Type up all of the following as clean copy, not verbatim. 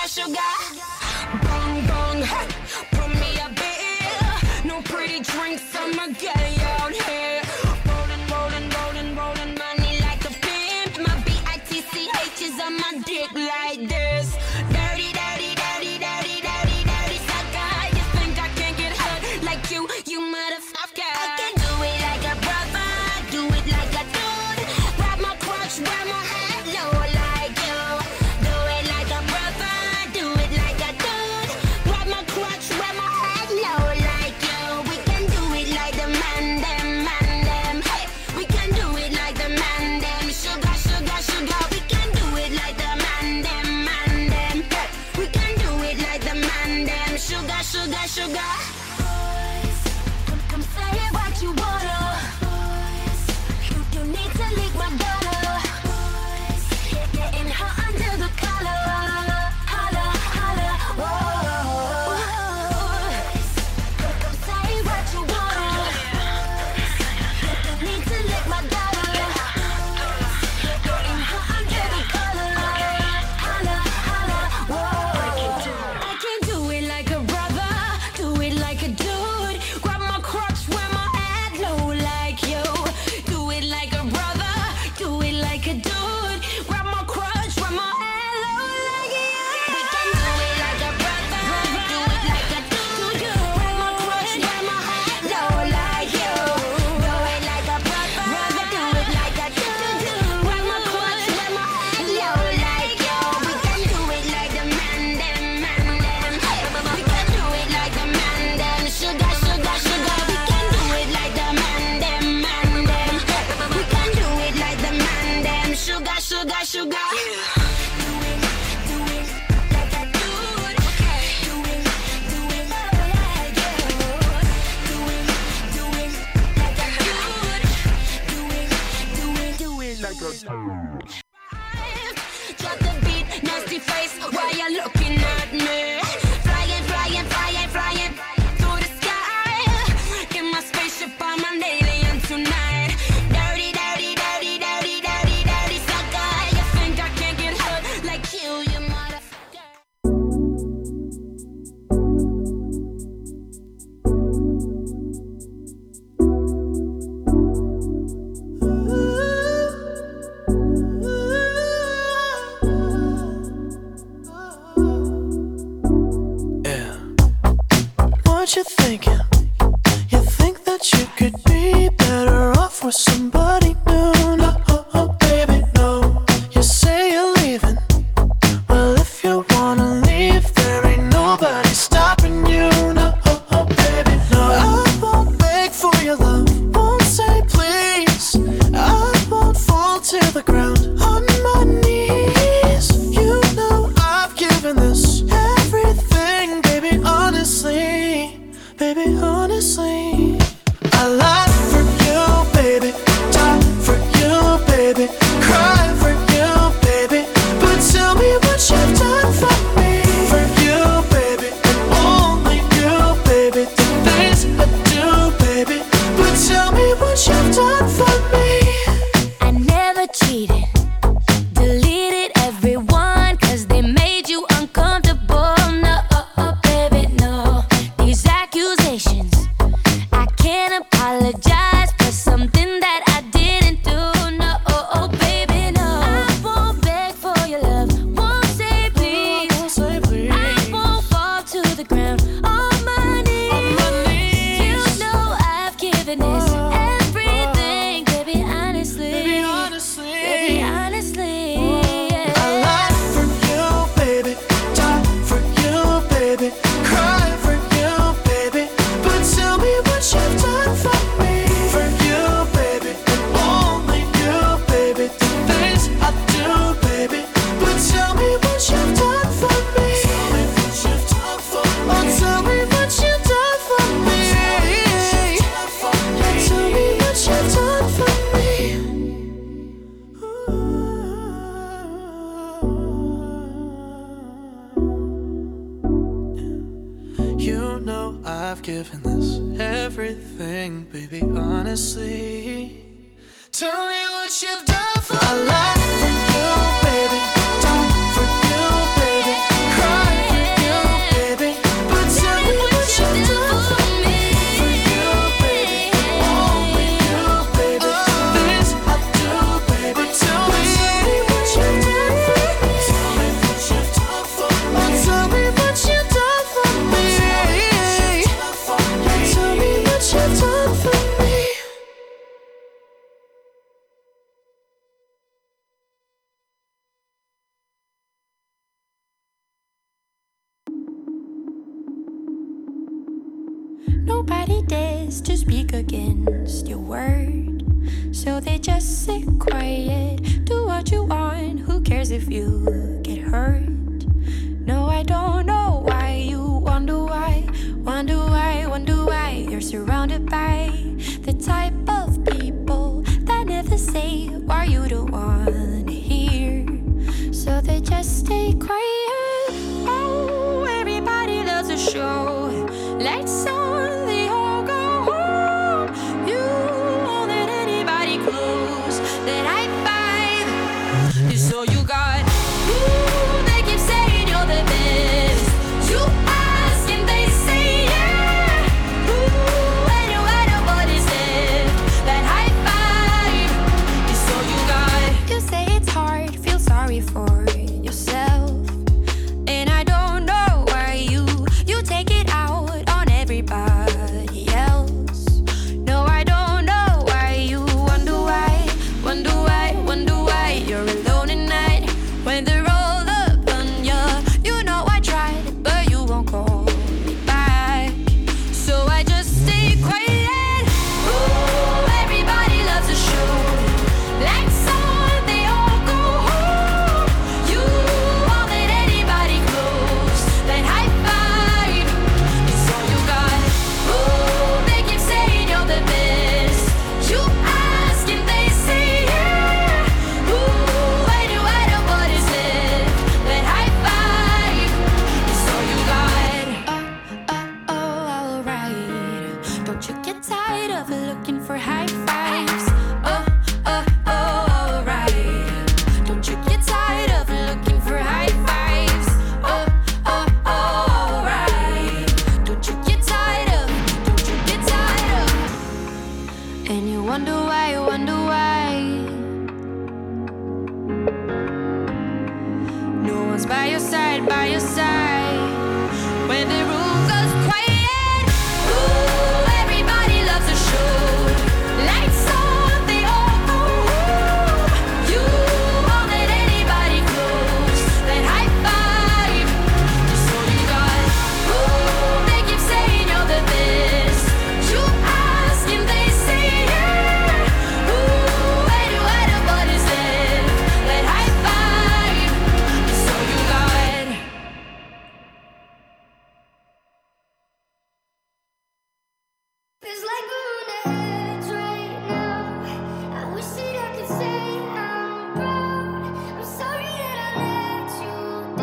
sugar, sugar. Bong, bong, hey, put me a bill. No pretty drinks, I'ma get it out here. Rolling, rolling, rolling, rolling money like a pimp. My BITCH is on my dick like this. Dirty, dirty, dirty, dirty, dirty, dirty sucker. You think I can't get hurt like you motherfucker. I can do it like a brother, do it like a dude. Grab my crotch, wear my head low like you. Do it like a brother, do it like a dude. Grab my crotch, wear my head low like you. We can do it like the man them. Hey, we can do it like the man them. Sugar, sugar, sugar. We can do it like the man them. Hey, we can do it like the man them. Sugar, sugar, sugar. Boys, come say what you wanna. Boys, you need to lick my daughter. Boys, getting hot under the collar. Holla, holla, whoa. Boys, come say what you wanna. You need to lick my daughter. Getting hot under the collar. Holla, holla, whoa. I can do it like a brother, do it like a dude. Grab my crotch, wear my head low like you. Do it like a brother, do it like a dude. Grab my crotch, wear my head low like you. We can do it like a brother, do it like a dude. Grab my crotch, wear my head low like you. Do it like a brother, do it like a dude. Grab my crotch, wear my head low like you. We can do it like the man them. We can do it like the man them. Sugar, sugar, sugar. We can do it like the man them. We can do it like the man them. Sugar, sugar, sugar. Do it like a dude. Do it like you. Do it like a dude. Do it like a dude. Drop the beat, nasty face, why you looking at me? Flying, flying, flying, flying through the sky. In my spaceship, I'm an alien tonight. Dirty, dirty, dirty, dirty, dirty, dirty sucker. You think I can't get hurt like you motherfucker. Yeah. What you thinking? You think that you could be better off with somebody new? No, baby, no. You say you're leaving. Well, if you wanna leave, there ain't nobody stopping you. No, baby, no. I won't beg for your love, won't say please. I won't fall to the ground on my knees. You know I've given this everything, baby, honestly. Baby, honestly, I lie for you, baby. Die for you, baby. Cry for you, baby. But tell me what you've done for me. For you, baby, and only you, baby. The things I do, baby. But tell me what you've done for me. I never cheated, deleted everyone, cause they made you uncomfortable. No, baby, no. These accusations, I can't apologize for something that I didn't do. No, baby, no. I won't beg for your love, won't say please. I won't fall to the ground on my knees. You know I've given this everything, baby, honestly. Baby, honestly, Baby, honestly, yeah. I lie for you, baby. Die for you, baby. Cry for you, baby. But tell me what you've done for me. For you, baby, and only you, baby. The things I do, baby. But tell me what you've done for me. Tell me what you've done for me. Oh, tell me what you've done for me. Tell me what you've done for me. You know I've given this everything, baby, honestly. Tell me what you've done for me. I lie for you, baby. Die for you, baby. Cry Nobody dares to speak against your word, so they just sit quiet. Do what you want, who cares if you get hurt? No, I don't know why you wonder why, wonder why, wonder why. You're surrounded by the type of people that never say why you don't wanna hear, so they just stay quiet. Oh, everybody loves a show. Lights on, they all go home. You won't let anybody close that high five. So you got, ooh, they keep saying you're the best. You ask and they say yeah. Ooh, and nobody's left that high five. So you got, you say it's hard, feel sorry for yourself, and I don't know why you take it out on everybody else. No, I don't know why you wonder why, wonder why, wonder why. You're alone at night when they're all up on you. You know I tried, but you won't call me back, so I just stay quiet. Ooh, everybody loves a show. Lights on, they all go home. You won't let anybody close that high five. So you got, ooh, they keep saying you're the best. You ask and they say yeah. Ooh, and nobody's left that high five. So you got, alright. Don't you get tired of looking for high fives? Alright. Don't you get tired of looking for high fives? Alright. Don't you get tired of, don't you get tired of, and you wonder why, wonder why. No one's by your side, by your side when the room goes quiet. Ooh, everybody loves a show. Lights on, they all go home. You won't let anybody close that high five. So you got, ooh, they keep saying you're the best. You ask and they say yeah. Ooh, and nobody's left that high five. So you got. Feels like we're on the edge right now. I wish that I could say I'm proud. I'm sorry that I let you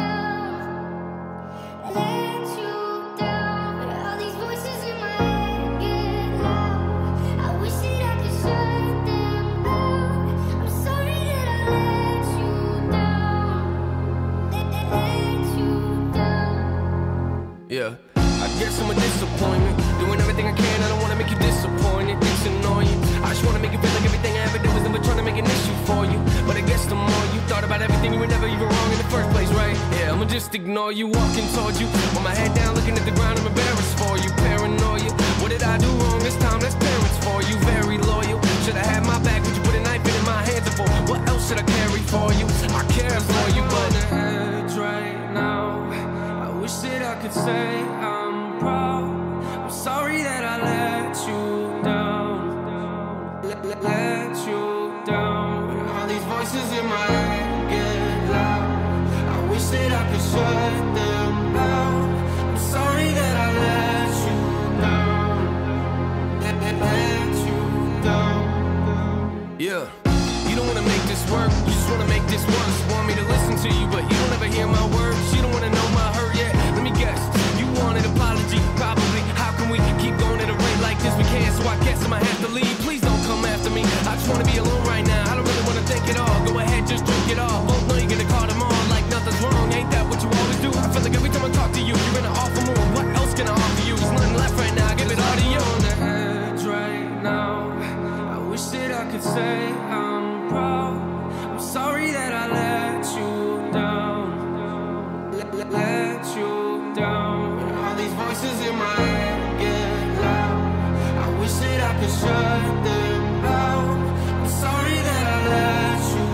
down. Let you down. All these voices in my head get loud. I wish that I could shut them out. I'm sorry that I let you down. Let you down. Yeah, I guess I'm a disappointment. Doing everything I can, I don't wanna make you disappointed. It's annoying. I just wanna make you feel like everything I ever did was never trying to make an issue for you. But I guess the more you thought about everything, you were never even wrong in the first place, right? Yeah, I'ma just ignore you, walking towards you, with my head down, looking at the ground. I'm embarrassed for you, paranoia. What did I do wrong this time? That's parents for you, very loyal. Should've had my back, but you put a knife in my hands for. What else should I carry for you? I care for you, but on the edge right now. I wish that I could say I'm proud. I'm sorry that I let you down. Let you down. All these voices in my head get loud. I wish that I could shut them out. I'm sorry that I let you down. Let you down. Yeah. You don't wanna make this work, you just wanna make this worse. Want me to listen to you, but you don't ever hear my words. You don't wanna know my hurt yet. Let me guess, you want an apology, probably. How can we keep going at a rate like this? We can't, so I guess I'ma have to leave. Please don't come after me. I just wanna be alone right now. I don't really wanna think it all. Go ahead, just drink it all. Both know you're gonna call them on like nothing's wrong. Ain't that what you always do? I feel like every time I talk to you, you're in an awful mood. What else can I offer you? There's nothing left right now. I give it all to you. On the edge right now. I wish that I could say I'm proud. I'm sorry that I let you down. Let you down. All these voices in my head get loud. I wish that I could shut them out. I'm sorry that I let you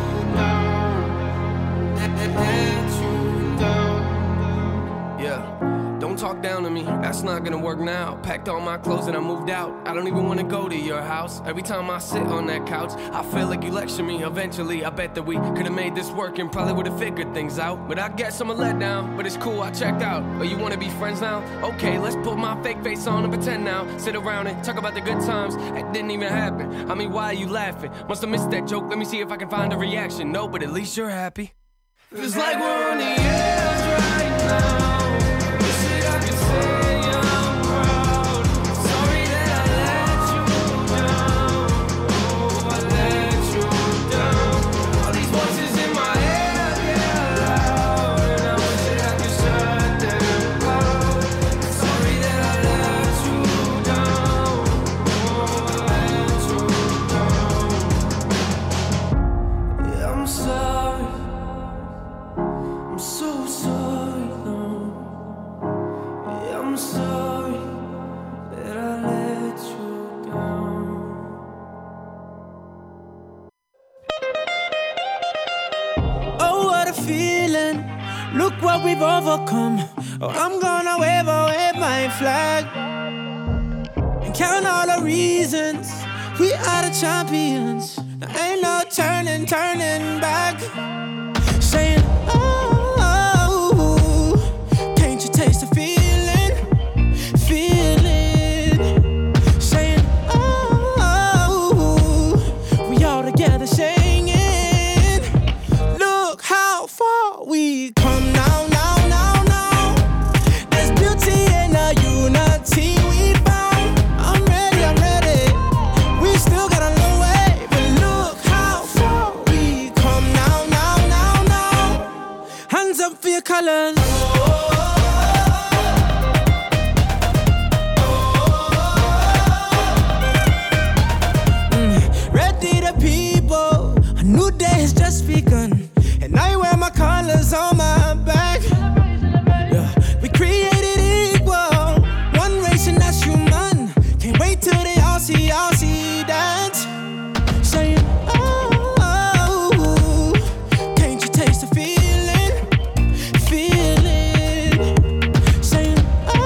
down. Let you down. Yeah. Don't talk down to me, that's not gonna work now. Packed all my clothes and I moved out. I don't even wanna go to your house. Every time I sit on that couch, I feel like you lecture me. Eventually, I bet that we could've made this work and probably would've figured things out. But I guess I'm a letdown, but it's cool, I checked out. Oh, you wanna be friends now? Okay, let's put my fake face on and pretend now. Sit around and talk about the good times. It didn't even happen. I mean, why are you laughing? Must have missed that joke, let me see if I can find a reaction. No, but at least you're happy. Feels like we're on the edge right now. Wish that I could say I'm proud. Sorry that I let you down. Oh, I let you down. All these voices in my head get loud, and I wish that I could shut them out. Sorry that I let you down. Oh, I let you down. Yeah, I'm sorry. I'm so sorry, no. Yeah, I'm sorry that I let you down. Oh, what a feeling. Look what we've overcome. Oh, I'm gonna wave my flag and count all the reasons we are the champions. There ain't no turning back. Saying, can't you taste the feeling? Saying, we all together singing. Look how far we come now. There's beauty in the unity we found. I'm ready. We still got a long way, but look how far we come now. Hands up for your colors. Ready the people, a new day has just begun, and I wear my colors on my back. Yeah. We created equal, one race and that's human. Can't wait till they all see that. Saying, can't you taste the feeling? Saying,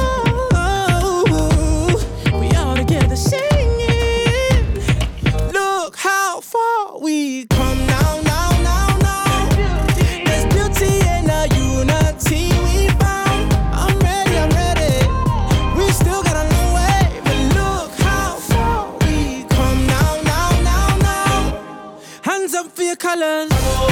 we all together singing. Look how far we come now. There's beauty in the unity we found. I'm ready. We still got a long way, but look how far we come now. Hands up for your colors.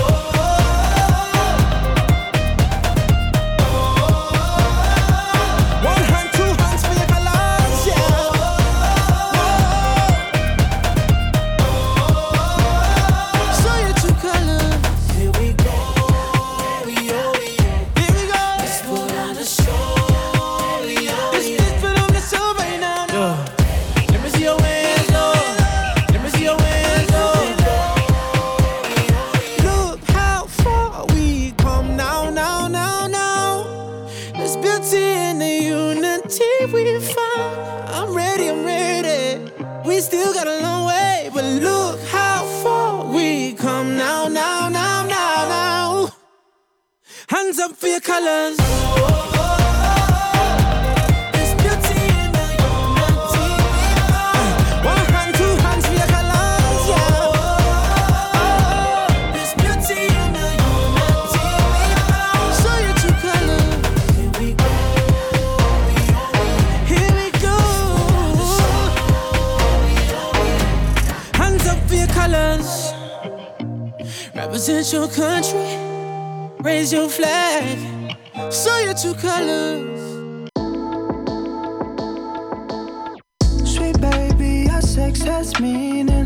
One hand, two hands for your colors, yeah. Show your true colors. Here we go. Let's put on the show. Let's put on the show right now. Let me see your hands, Lord. Let me see your hands, Lord. Look how far we come now. There's beauty in the unity we found. I'm ready. We still got a long way, but look how far we come now. Hands up for your colors. There's beauty in the unity we found. One hand, two hands for your colors, yeah. There's beauty in the unity we found. Show your true colors. Here we go. Hands up for your colors. Represent your country. Raise your flag. Show your true colors. Sweet baby, our sex has meaning.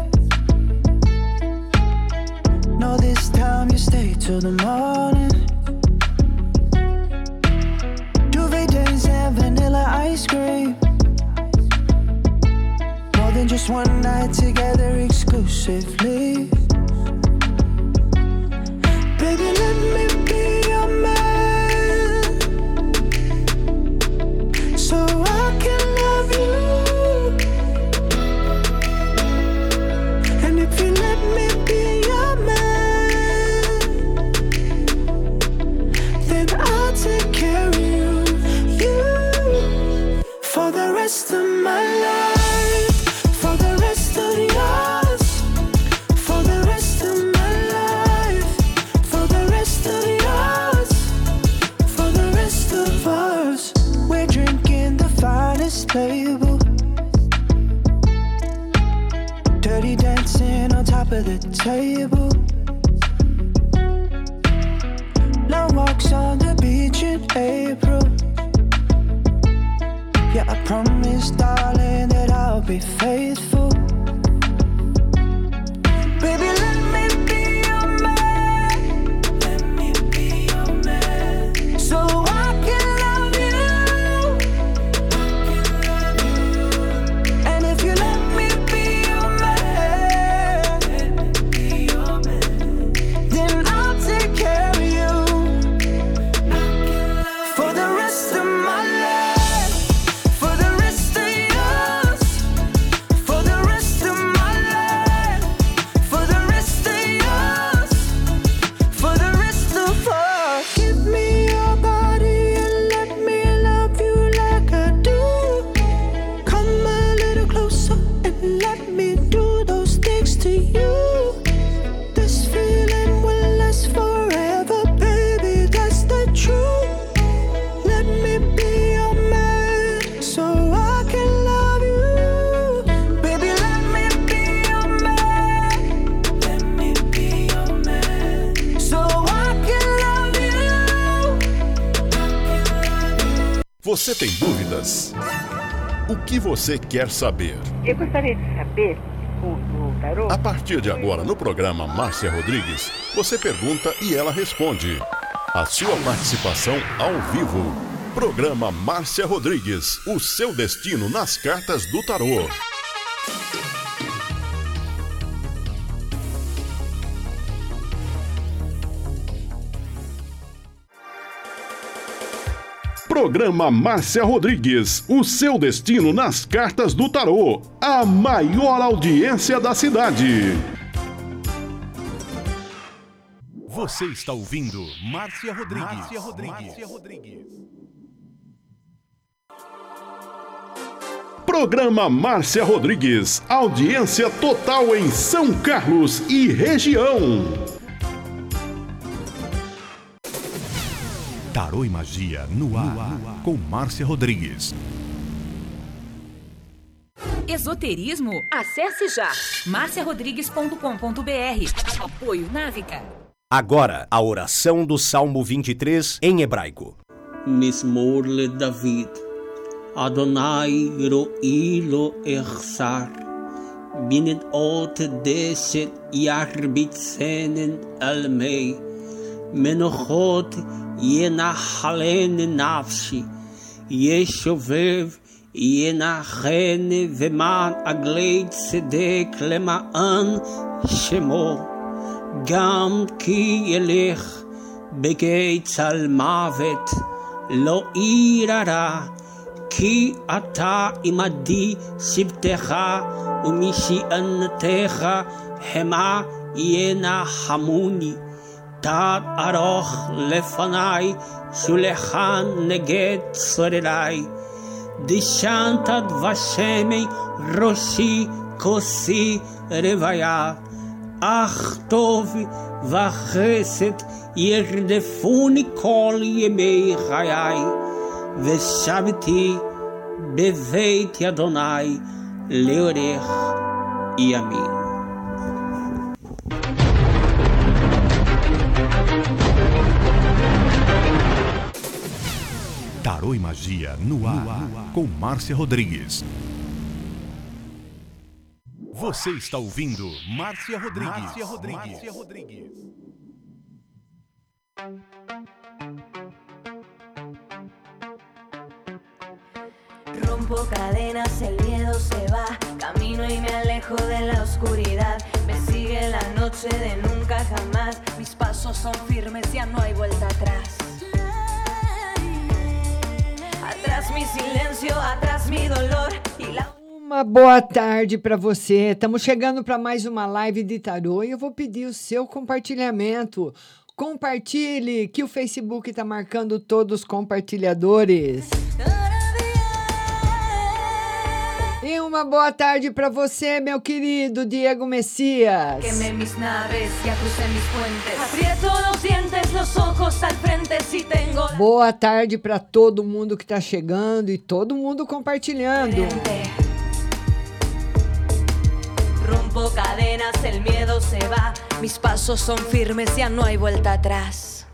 No, this time you stay till the morning. Duvet days and vanilla ice cream. More than just one night together exclusively. Baby, let me be your man, so I can love you. And if you let me be your man, then I'll take care of you. of the table. Long walks on the beach in April. Yeah, I promise, darling, that I'll be faithful. Baby, let me be your man. Let me be your man. So I can love you. And if you let me be your man, then I'll take care of you for the rest of my life, for the rest of yours, for the rest of my life, for the rest of yours, for the rest of us. Give me your body and let me love you like I do. Come a little closer and let me do those things to you. This feeling will last forever, baby, that's the truth. Let me be your man so I can love you. Baby, let me be your man. Let me be your man so I can love you. Você tem dúvidas? O que você quer saber? Eu gostaria de saber, o tarô, A partir de agora, no programa Márcia Rodrigues, você pergunta e ela responde. A sua participação ao vivo. Programa Márcia Rodrigues, o seu destino nas cartas do tarô. Programa Márcia Rodrigues, o seu destino nas cartas do tarô. A maior audiência da cidade. Você está ouvindo Márcia Rodrigues. Programa Márcia Rodrigues, audiência total em São Carlos e região. Tarô e Magia no ar, com Márcia Rodrigues. Esoterismo? Acesse já marciarodrigues.com.br. Apoio Návica. Agora, a oração do Salmo 23 em hebraico. Mismor le David. Adonai ro'i lo echsar. Binnen ot deset yarbitzenen almei. Menochot ינחלני נפשי, ישובב ינחני ומען עגלי צדק למען שמו, גם כי ילך בגיא צל מוות, לא ירא, כי אתה עמדי שבטך ומשענתך המה ינחמוני. תד ארוך לפני, שולחן נגד צורריי. דשנת דבשמי ראשי כוסי רוויה. אך טוב וחסד ירדפוני כל ימי חיי. ושבתי בבית אדוני לאורך ימים. Tarô e Magia no ar, com Márcia Rodrigues. Você está ouvindo Márcia Rodrigues. Rompo cadenas, el miedo se va. Camino y me alejo de la oscuridad. Me sigue la noche de nunca jamás. Mis pasos son firmes, ya no hay vuelta atrás. Atrás mi silêncio, atrás mi dolor e la... Uma boa tarde para você. Estamos chegando para mais uma live de tarô e eu vou pedir o seu compartilhamento. Compartilhe, que o Facebook está marcando todos os compartilhadores. E uma boa tarde para você, meu querido Diego Messias. Quemé mis naves, ya crucé mis puentes. Aprieto los dientes, los ojos al frente si tengo... Boa tarde para todo mundo que está chegando e todo mundo compartilhando. Rompo cadenas, el miedo se va. Mis pasos son firmes, ya no hay vuelta atrás.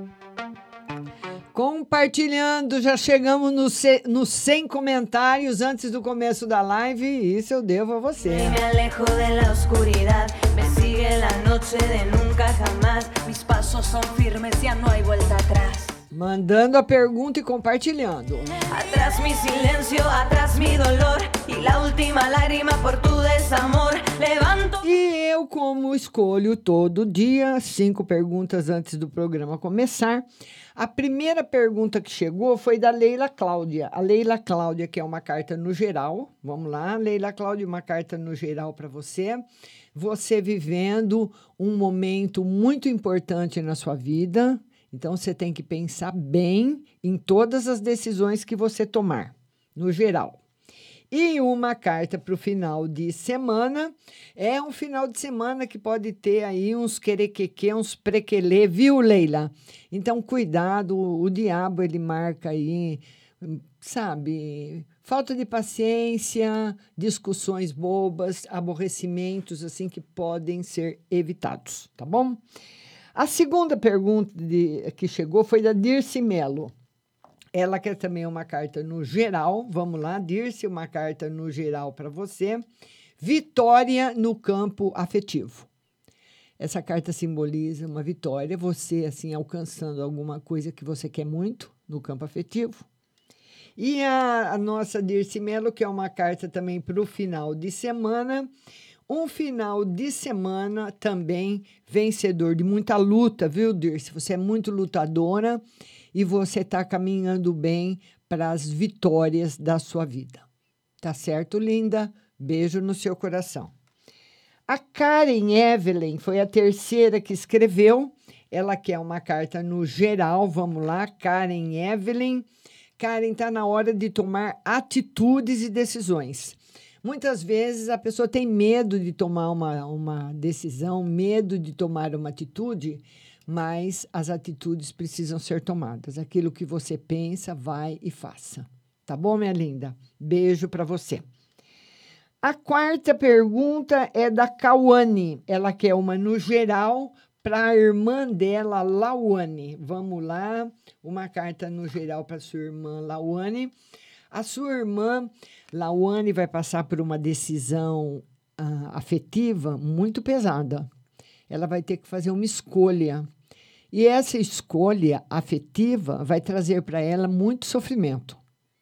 Compartilhando, já chegamos nos 100 comentários antes do começo da live. Isso eu devo a você. Me alejo de la oscuridad, me sigue la noche de nunca jamás. Mis pasos son firmes, ya no hay vuelta atrás. Mandando a pergunta e compartilhando. Atrás mi silencio, atrás mi dolor y la última lágrima por tu desamor. Levanto. E eu, como escolho todo dia 5 perguntas antes do programa começar, a primeira pergunta que chegou foi da Leila Cláudia. A Leila Cláudia, que é uma carta no geral. Vamos lá, Leila Cláudia, uma carta no geral para você. Você vivendo um momento muito importante na sua vida. Então, você tem que pensar bem em todas as decisões que você tomar, no geral. E uma carta para o final de semana. É um final de semana que pode ter aí uns querequeque, uns prequelê, viu, Leila? Então, cuidado, o diabo, ele marca aí, sabe, falta de paciência, discussões bobas, aborrecimentos, assim, que podem ser evitados, tá bom? A segunda pergunta que chegou foi da Dirce Melo. Ela quer também uma carta no geral. Vamos lá, Dirce, uma carta no geral para você. Vitória no campo afetivo. Essa carta simboliza uma vitória, você assim alcançando alguma coisa que você quer muito no campo afetivo. E a nossa Dirce Melo, que é uma carta também para o final de semana. Um final de semana também vencedor de muita luta, viu, Dirce? Você é muito lutadora e você está caminhando bem para as vitórias da sua vida. Tá certo, linda? Beijo no seu coração. A Karen Evelyn foi a terceira que escreveu. Ela quer uma carta no geral. Vamos lá, Karen Evelyn. Karen, está na hora de tomar atitudes e decisões. Muitas vezes a pessoa tem medo de tomar uma decisão, medo de tomar uma atitude, mas as atitudes precisam ser tomadas. Aquilo que você pensa, vai e faça. Tá bom, minha linda? Beijo para você. A quarta pergunta é da Cauane. Ela quer uma no geral para a irmã dela, Lauane. Vamos lá, uma carta no geral para sua irmã, Lauane. A sua irmã, Lauane, vai passar por uma decisão afetiva muito pesada. Ela vai ter que fazer uma escolha. E essa escolha afetiva vai trazer para ela muito sofrimento.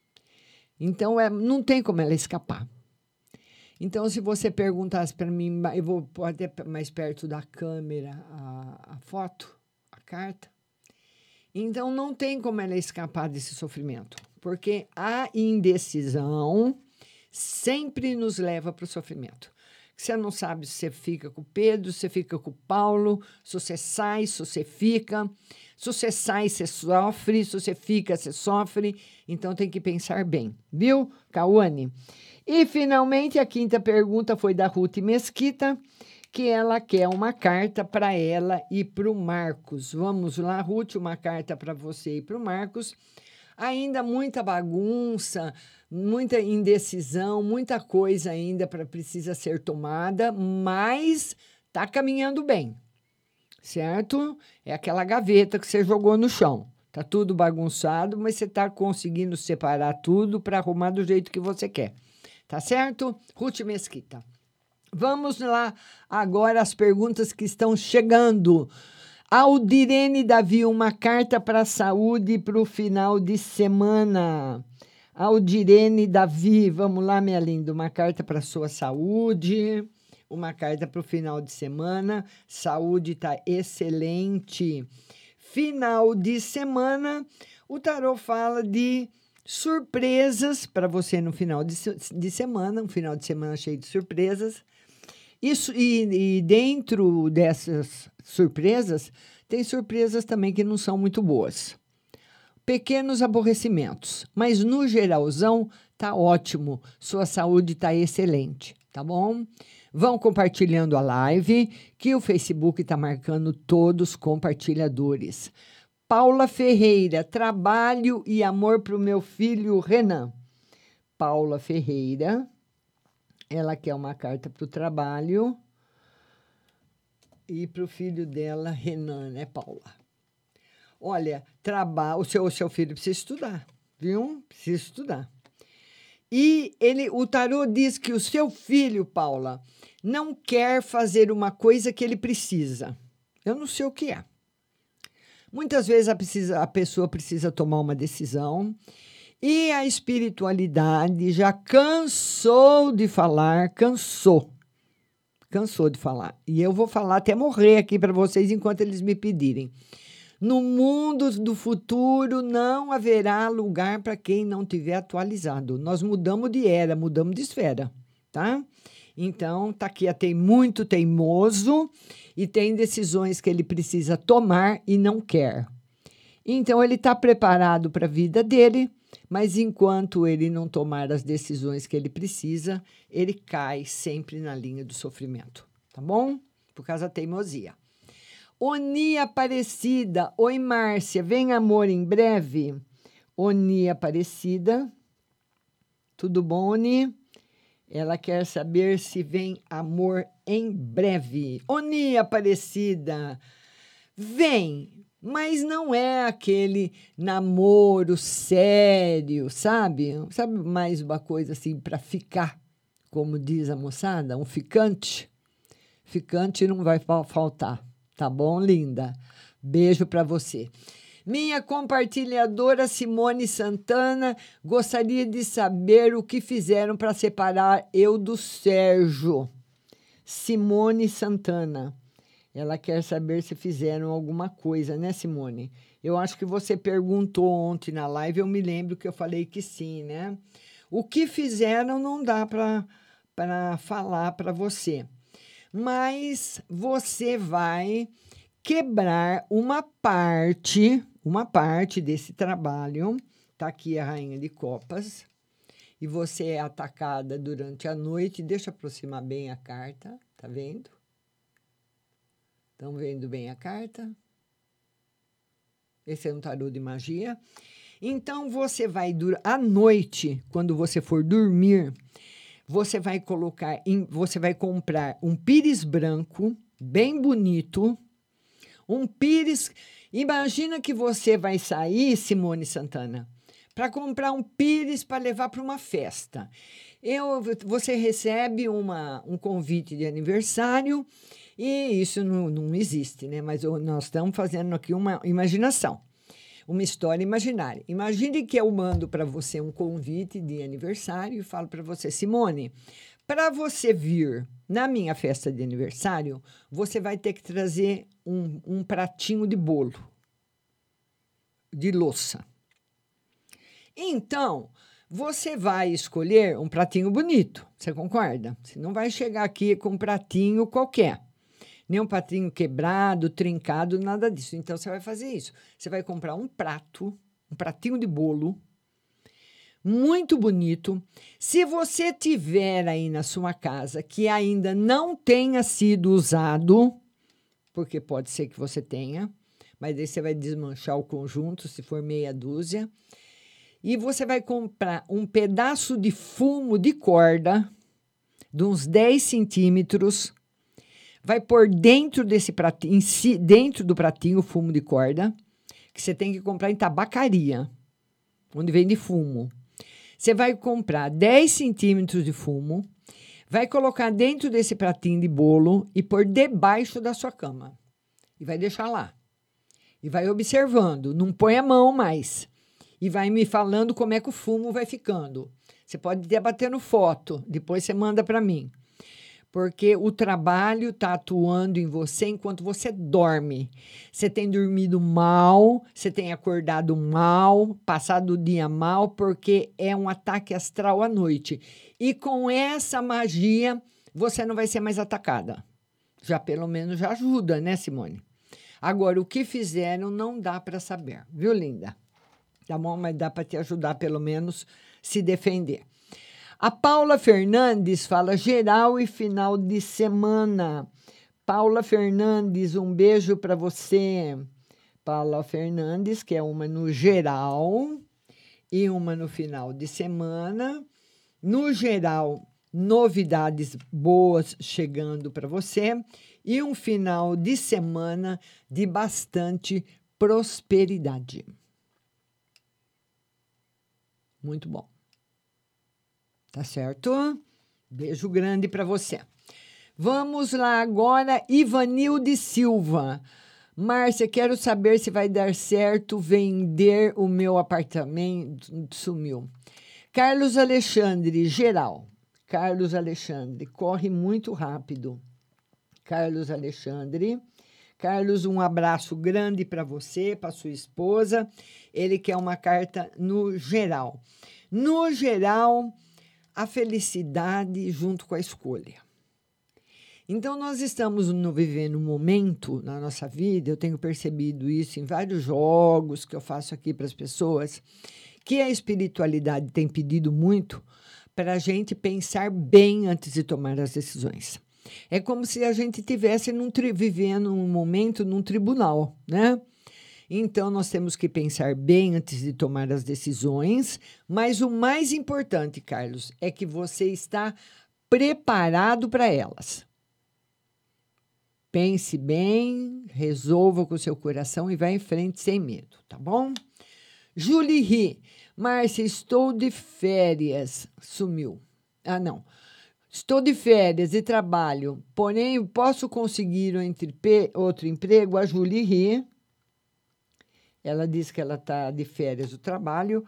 Então, não tem como ela escapar. Então, se você perguntasse para mim, eu vou pôr até mais perto da câmera a foto, a carta. Então, não tem como ela escapar desse sofrimento. Porque a indecisão sempre nos leva para o sofrimento. Você não sabe se você fica com o Pedro, se você fica com o Paulo, se você sai, se você fica. Se você sai, você sofre. Se você fica, você sofre. Então, tem que pensar bem. Viu, Cauane? E, finalmente, a quinta pergunta foi da Ruth Mesquita, que ela quer uma carta para ela e para o Marcos. Vamos lá, Ruth, uma carta para você e para o Marcos. Ainda muita bagunça, muita indecisão, muita coisa ainda precisa ser tomada, mas está caminhando bem, certo? É aquela gaveta que você jogou no chão. Está tudo bagunçado, mas você está conseguindo separar tudo para arrumar do jeito que você quer. Tá certo? Ruth Mesquita. Vamos lá agora as perguntas que estão chegando. Aldirene Davi, uma carta para a saúde para o final de semana. Aldirene Davi, vamos lá, minha linda, uma carta para a sua saúde, uma carta para o final de semana. Saúde está excelente. Final de semana, o tarô fala de surpresas para você no final de semana, um final de semana cheio de surpresas. Isso, e dentro dessas surpresas, tem surpresas também que não são muito boas. Pequenos aborrecimentos, mas no geralzão tá ótimo, sua saúde tá excelente, tá bom? Vão compartilhando a live, que o Facebook tá marcando todos compartilhadores. Paula Ferreira, trabalho e amor para o meu filho Renan. Paula Ferreira, Ela quer uma carta para o trabalho e para o filho dela, Renan, né, Paula? Olha, o seu filho precisa estudar, viu? Precisa estudar. E o tarô diz que o seu filho, Paula, não quer fazer uma coisa que ele precisa. Eu não sei o que é. Muitas vezes a pessoa precisa tomar uma decisão e a espiritualidade já cansou de falar, cansou de falar. E eu vou falar até morrer aqui para vocês enquanto eles me pedirem. No mundo do futuro não haverá lugar para quem não tiver atualizado. Nós mudamos de era, mudamos de esfera, tá? Então, tá aqui muito teimoso e tem decisões que ele precisa tomar e não quer. Então, ele está preparado para a vida dele, mas enquanto ele não tomar as decisões que ele precisa, ele cai sempre na linha do sofrimento, tá bom? Por causa da teimosia. Oni Aparecida. Oi, Márcia. Vem amor em breve? Oni Aparecida. Tudo bom, Oni? Ela quer saber se vem amor em breve. Oni Aparecida. Vem, mas não é aquele namoro sério, sabe? Sabe mais uma coisa assim para ficar, como diz a moçada? Um ficante. Ficante não vai faltar. Tá bom, linda? Beijo para você. Minha compartilhadora Simone Santana gostaria de saber o que fizeram para separar eu do Sérgio. Simone Santana. Ela quer saber se fizeram alguma coisa, né, Simone? Eu acho que você perguntou ontem na live, eu me lembro que eu falei que sim, né? O que fizeram não dá para falar para você. Mas você vai quebrar uma parte desse trabalho. Está aqui a Rainha de Copas. E você é atacada durante a noite. Deixa eu aproximar bem a carta. Tá vendo? Estão vendo bem a carta? Esse é um tarô de magia. Então, você vai, à noite, quando você for dormir, você vai comprar um pires branco, bem bonito. Um pires. Imagina que você vai sair, Simone Santana, para comprar um pires para levar para uma festa. Você recebe um convite de aniversário e isso não existe, né? Mas nós estamos fazendo aqui uma imaginação. Uma história imaginária. Imagine que eu mando para você um convite de aniversário e falo para você, Simone, para você vir na minha festa de aniversário, você vai ter que trazer um pratinho de bolo, de louça. Então, você vai escolher um pratinho bonito, você concorda? Você não vai chegar aqui com um pratinho qualquer. Nem um pratinho quebrado, trincado, nada disso. Então, você vai fazer isso. Você vai comprar um pratinho de bolo, muito bonito. Se você tiver aí na sua casa que ainda não tenha sido usado, porque pode ser que você tenha, mas aí você vai desmanchar o conjunto, se for meia dúzia. E você vai comprar um pedaço de fumo de corda, de uns 10 centímetros, vai pôr dentro desse pratinho, dentro do pratinho, o fumo de corda, que você tem que comprar em tabacaria, onde vende fumo. Você vai comprar 10 centímetros de fumo, vai colocar dentro desse pratinho de bolo e pôr debaixo da sua cama. E vai deixar lá. E vai observando, não põe a mão mais. E vai me falando como é que o fumo vai ficando. Você pode até batendo foto, depois você manda para mim. Porque o trabalho está atuando em você enquanto você dorme. Você tem dormido mal, você tem acordado mal, passado o dia mal, porque é um ataque astral à noite. E com essa magia, você não vai ser mais atacada. Já pelo menos já ajuda, né, Simone? Agora, o que fizeram não dá para saber, viu, linda? Tá bom? Mas dá para te ajudar, pelo menos, se defender. A Paula Fernandes fala geral e final de semana. Paula Fernandes, um beijo para você. Paula Fernandes, que é uma no geral e uma no final de semana. No geral, novidades boas chegando para você e um final de semana de bastante prosperidade. Muito bom. Tá certo? Beijo grande para você. Vamos lá agora, Ivanilde Silva. Márcia, quero saber se vai dar certo vender o meu apartamento. Sumiu. Carlos Alexandre, geral. Carlos Alexandre, corre muito rápido. Carlos Alexandre. Carlos, um abraço grande para você, para sua esposa. Ele quer uma carta no geral. No geral, a felicidade junto com a escolha. Então, nós estamos vivendo um momento na nossa vida, eu tenho percebido isso em vários jogos que eu faço aqui para as pessoas, que a espiritualidade tem pedido muito para a gente pensar bem antes de tomar as decisões. É como se a gente estivesse vivendo um momento num tribunal, né? Então, nós temos que pensar bem antes de tomar as decisões, mas o mais importante, Carlos, é que você está preparado para elas. Pense bem, resolva com o seu coração e vá em frente sem medo, tá bom? Julie Ri. Márcia, estou de férias. Sumiu. Ah, não. Estou de férias e trabalho, porém, posso conseguir outro emprego? A Julie Ri. Ela diz que ela está de férias do trabalho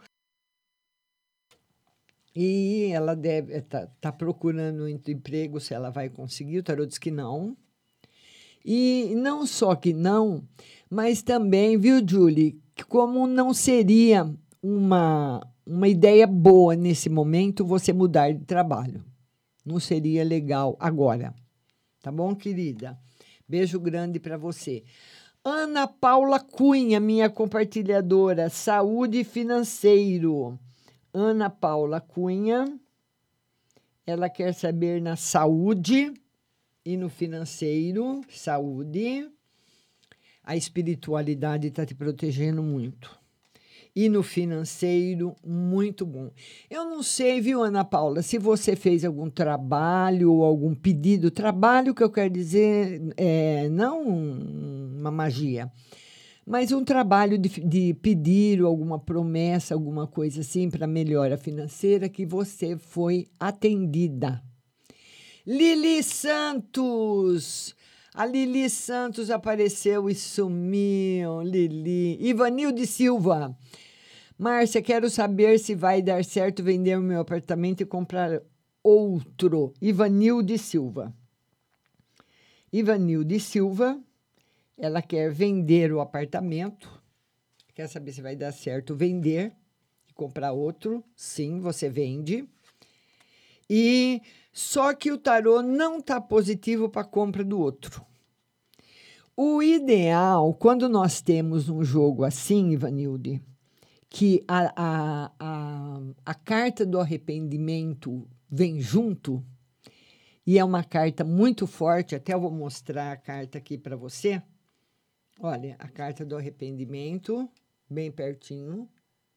e ela deve tá procurando um emprego, se ela vai conseguir. O tarô diz que não. E não só que não, mas também, viu, Julie, como não seria uma ideia boa nesse momento você mudar de trabalho. Não seria legal agora. Tá bom, querida? Beijo grande para você. Ana Paula Cunha, minha compartilhadora, saúde financeiro. Ana Paula Cunha, ela quer saber na saúde e no financeiro, saúde. A espiritualidade está te protegendo muito. E no financeiro, muito bom. Eu não sei, viu, Ana Paula, se você fez algum trabalho ou algum pedido. Trabalho que eu quero dizer, não uma magia, mas um trabalho de pedir alguma promessa, alguma coisa assim para melhora financeira que você foi atendida. Lili Santos. A Lili Santos apareceu e sumiu. Lili. Ivanilde Silva. Márcia, quero saber se vai dar certo vender o meu apartamento e comprar outro. Ivanilde Silva. Ivanilde Silva. Ela quer vender o apartamento. Quer saber se vai dar certo vender e comprar outro. Sim, você vende. E só que o tarô não está positivo para a compra do outro. O ideal, quando nós temos um jogo assim, Ivanilde, que a carta do arrependimento vem junto, e é uma carta muito forte, até eu vou mostrar a carta aqui para você. Olha, a carta do arrependimento, bem pertinho.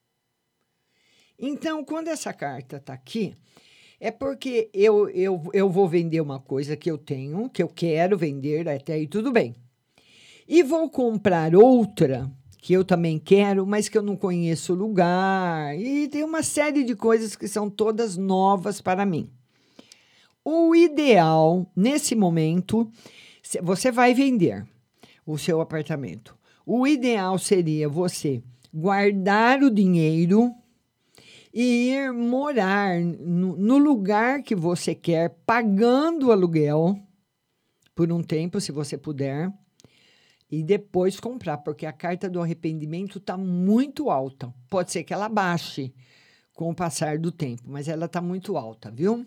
Então, quando essa carta está aqui, é porque eu vou vender uma coisa que eu tenho, que eu quero vender, até aí tudo bem. E vou comprar outra, que eu também quero, mas que eu não conheço o lugar. E tem uma série de coisas que são todas novas para mim. O ideal, nesse momento, você vai vender o seu apartamento. O ideal seria você guardar o dinheiro e ir morar no lugar que você quer, pagando o aluguel por um tempo, se você puder, e depois comprar, porque a carta do arrependimento está muito alta. Pode ser que ela baixe com o passar do tempo, mas ela está muito alta, viu?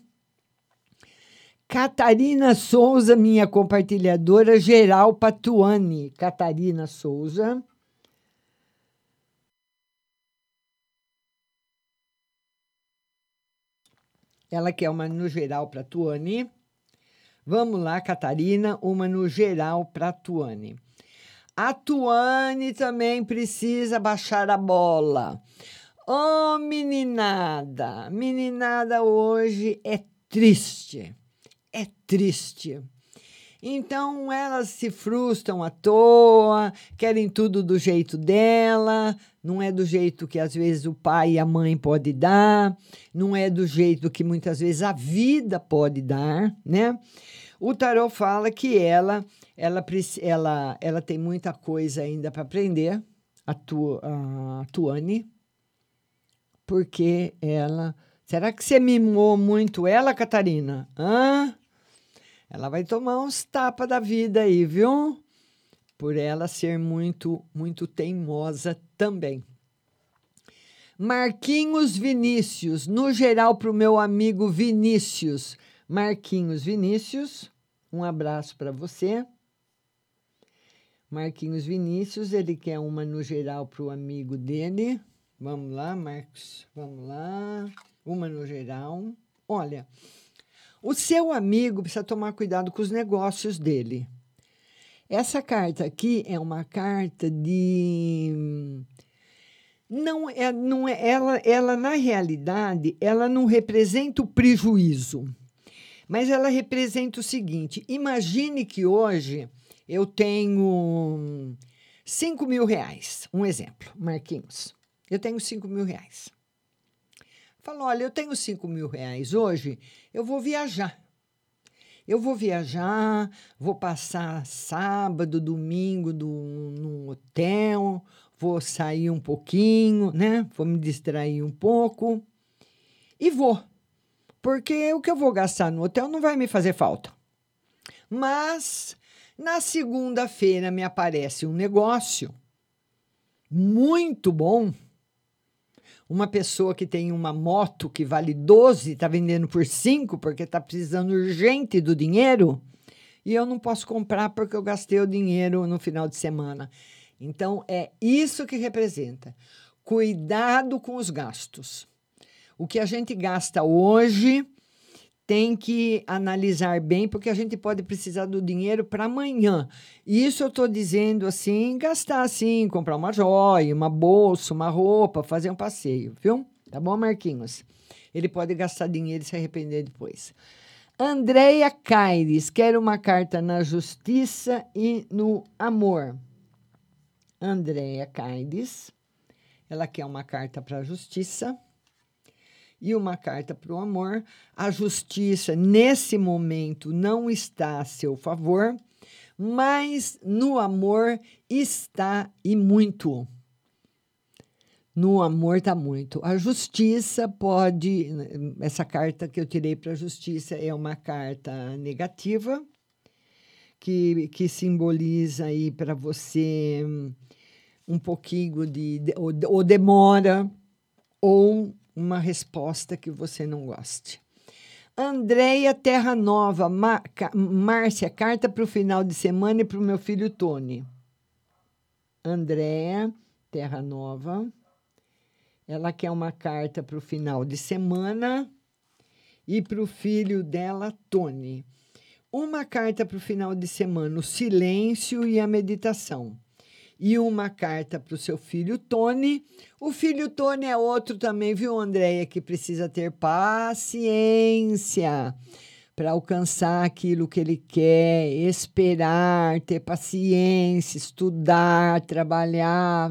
Catarina Souza, minha compartilhadora, geral Patuani. Catarina Souza. Ela quer uma no geral para Tuane. Vamos lá, Catarina, uma no geral para Tuane. A Tuane também precisa baixar a bola. Ô, meninada! Meninada hoje é triste. É triste. Então, elas se frustram à toa, querem tudo do jeito dela, não é do jeito que, às vezes, o pai e a mãe podem dar, não é do jeito que, muitas vezes, a vida pode dar, né? O tarô fala que ela tem muita coisa ainda para aprender, a Tuane, porque ela... Será que você mimou muito ela, Catarina? Hã? Ela vai tomar uns tapas da vida aí, viu? Por ela ser muito, muito teimosa também. Marquinhos Vinícius, no geral para o meu amigo Vinícius. Marquinhos Vinícius, um abraço para você. Marquinhos Vinícius, ele quer uma no geral para o amigo dele. Vamos lá, Marcos, vamos lá. Uma no geral. Olha... O seu amigo precisa tomar cuidado com os negócios dele. Essa carta aqui é uma carta de... Ela, na realidade, ela não representa o prejuízo. Mas ela representa o seguinte. Imagine que hoje eu tenho 5 mil reais. Um exemplo, Marquinhos. Eu tenho 5 mil reais. Falou, olha, eu tenho 5 mil reais hoje, eu vou viajar. Vou passar sábado, domingo num hotel, vou sair um pouquinho, né? Vou me distrair um pouco e vou. Porque o que eu vou gastar no hotel não vai me fazer falta. Mas, na segunda-feira me aparece um negócio muito bom. Uma pessoa que tem uma moto que vale 12, está vendendo por 5 porque está precisando urgente do dinheiro e eu não posso comprar porque eu gastei o dinheiro no final de semana. Então, é isso que representa. Cuidado com os gastos. O que a gente gasta hoje tem que analisar bem, porque a gente pode precisar do dinheiro para amanhã. Isso eu estou dizendo assim, gastar assim, comprar uma joia, uma bolsa, uma roupa, fazer um passeio, viu? Tá bom, Marquinhos? Ele pode gastar dinheiro e se arrepender depois. Andréia Caires, quer uma carta na justiça e no amor. Andréia Caires, ela quer uma carta para a justiça e uma carta para o amor. A justiça, nesse momento, não está a seu favor, mas no amor está e muito. No amor está muito. A justiça pode... Essa carta que eu tirei para a justiça é uma carta negativa, que simboliza aí para você um pouquinho de ou demora, ou uma resposta que você não goste. Andréia Terra Nova, Márcia, carta para o final de semana e para o meu filho Tony. Andréia Terra Nova, ela quer uma carta para o final de semana e para o filho dela, Tony. Uma carta para o final de semana, o silêncio e a meditação. E uma carta para o seu filho Tony. O filho Tony é outro também, viu, Andréia, que precisa ter paciência para alcançar aquilo que ele quer, esperar, ter paciência, estudar, trabalhar,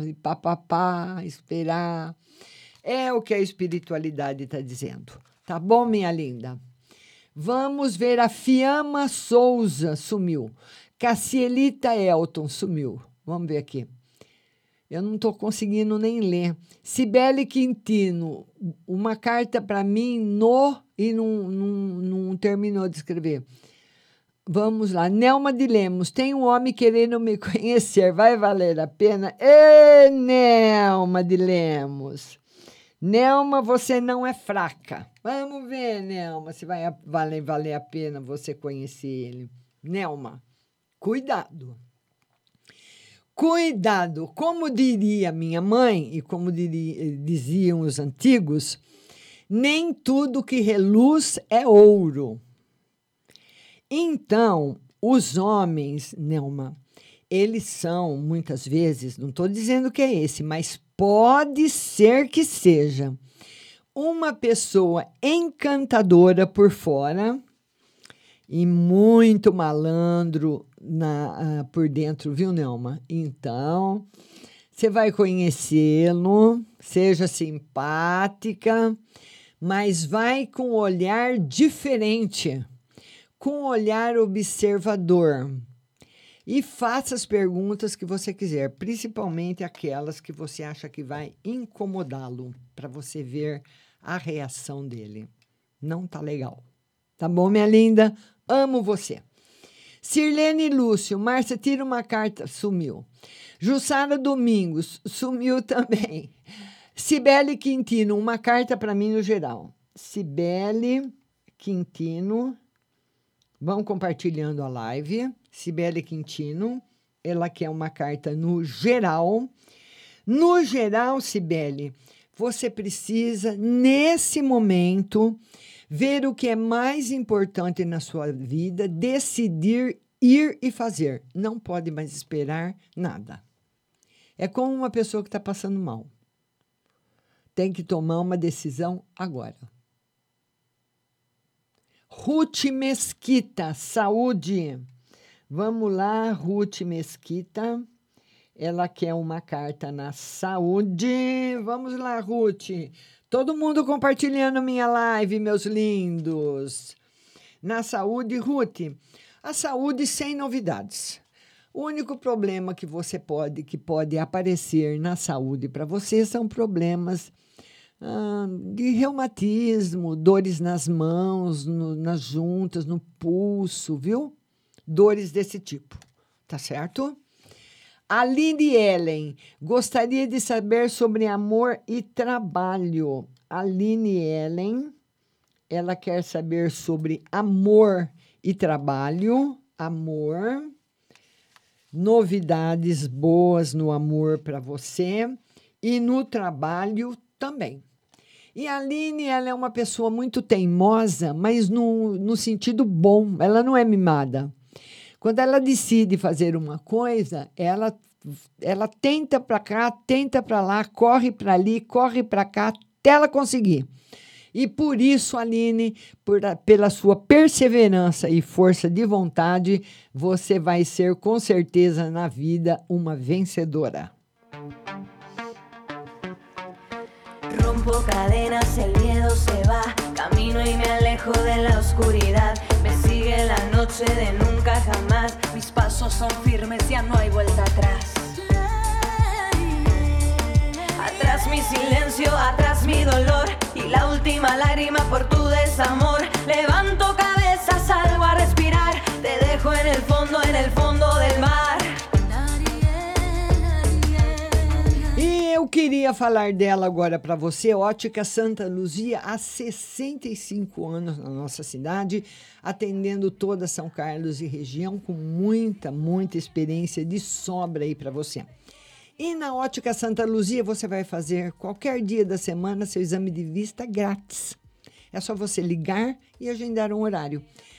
esperar. É o que a espiritualidade está dizendo. Tá bom, minha linda? Vamos ver, a Fiamma Souza sumiu. Cassielita Elton sumiu. Vamos ver aqui. Eu não estou conseguindo nem ler. Cibele Quintino, uma carta para mim e não terminou de escrever. Vamos lá. Nelma de Lemos, tem um homem querendo me conhecer, vai valer a pena? Ê, Nelma de Lemos. Nelma, você não é fraca. Vamos ver, Nelma, se vai valer a pena você conhecer ele. Nelma, cuidado. Cuidado, como diria minha mãe e como diziam os antigos, nem tudo que reluz é ouro. Então, os homens, Nelma, eles são, muitas vezes, não estou dizendo que é esse, mas pode ser que seja, uma pessoa encantadora por fora e muito malandro por dentro, viu, Nelma? Então, você vai conhecê-lo, seja simpática, mas vai com um olhar diferente, com um olhar observador. E faça as perguntas que você quiser, principalmente aquelas que você acha que vai incomodá-lo, para você ver a reação dele. Não tá legal. Tá bom, minha linda? Amo você. Sirlene Lúcio, Márcia, tira uma carta, sumiu. Jussara Domingos, sumiu também. Cibele Quintino, uma carta para mim no geral. Cibele Quintino, vão compartilhando a live. Cibele Quintino, ela quer uma carta no geral. No geral, Cibele, você precisa, nesse momento, ver o que é mais importante na sua vida, decidir ir e fazer. Não pode mais esperar nada. É como uma pessoa que está passando mal. Tem que tomar uma decisão agora. Ruth Mesquita, saúde. Vamos lá, Ruth Mesquita. Ela quer uma carta na saúde. Vamos lá, Ruth. Todo mundo compartilhando minha live, meus lindos. Na saúde, Ruth. A saúde sem novidades. O único problema que pode aparecer na saúde para você são problemas de reumatismo, dores nas mãos, nas juntas, no pulso, viu? Dores desse tipo, tá certo? Aline Ellen, gostaria de saber sobre amor e trabalho. Aline Ellen, ela quer saber sobre amor e trabalho. Amor, novidades boas no amor para você e no trabalho também. E a Aline, ela é uma pessoa muito teimosa, mas no sentido bom, ela não é mimada. Quando ela decide fazer uma coisa, ela tenta para cá, tenta para lá, corre para ali, corre para cá, até ela conseguir. E por isso, Aline, pela sua perseverança e força de vontade, você vai ser, com certeza, na vida, uma vencedora. Rompo cadenas, el miedo se va, camino y me alejo de la oscuridad. Me sigue la noche de nunca jamás, mis pasos son firmes, ya no hay vuelta atrás. Atrás mi silencio, atrás mi dolor y la última lágrima por tu desamor. Levanto cabeza, salgo a respirar, te dejo en el fondo del mar. Eu queria falar dela agora para você, Ótica Santa Luzia, há 65 anos na nossa cidade, atendendo toda São Carlos e região, com muita experiência de sobra aí para você. E na Ótica Santa Luzia você vai fazer qualquer dia da semana seu exame de vista grátis. É só você ligar e agendar um horário.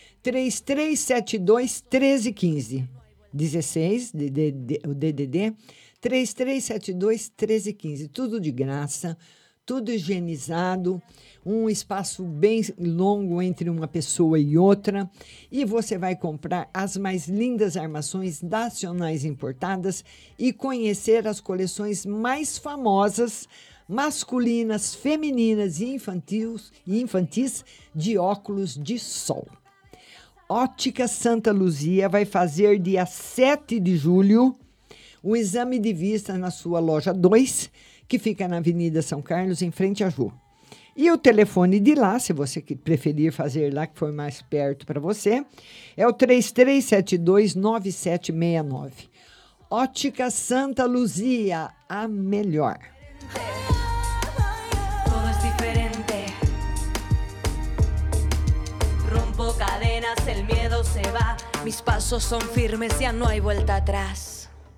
3372-1315, 16, o DDD, 3372-1315, tudo de graça, tudo higienizado, um espaço bem longo entre uma pessoa e outra, e você vai comprar as mais lindas armações nacionais importadas e conhecer as coleções mais famosas, masculinas, femininas e infantis de óculos de sol. Ótica Santa Luzia vai fazer dia 7 de julho o exame de vista na sua loja 2, que fica na Avenida São Carlos, em frente à Jô. E o telefone de lá, se você preferir fazer lá, que for mais perto para você, é o 3372-9769. Ótica Santa Luzia, a melhor. Todo es diferente. Rompo cadenas, el miedo se va, mis pasos son firmes, ya no hay vuelta atrás.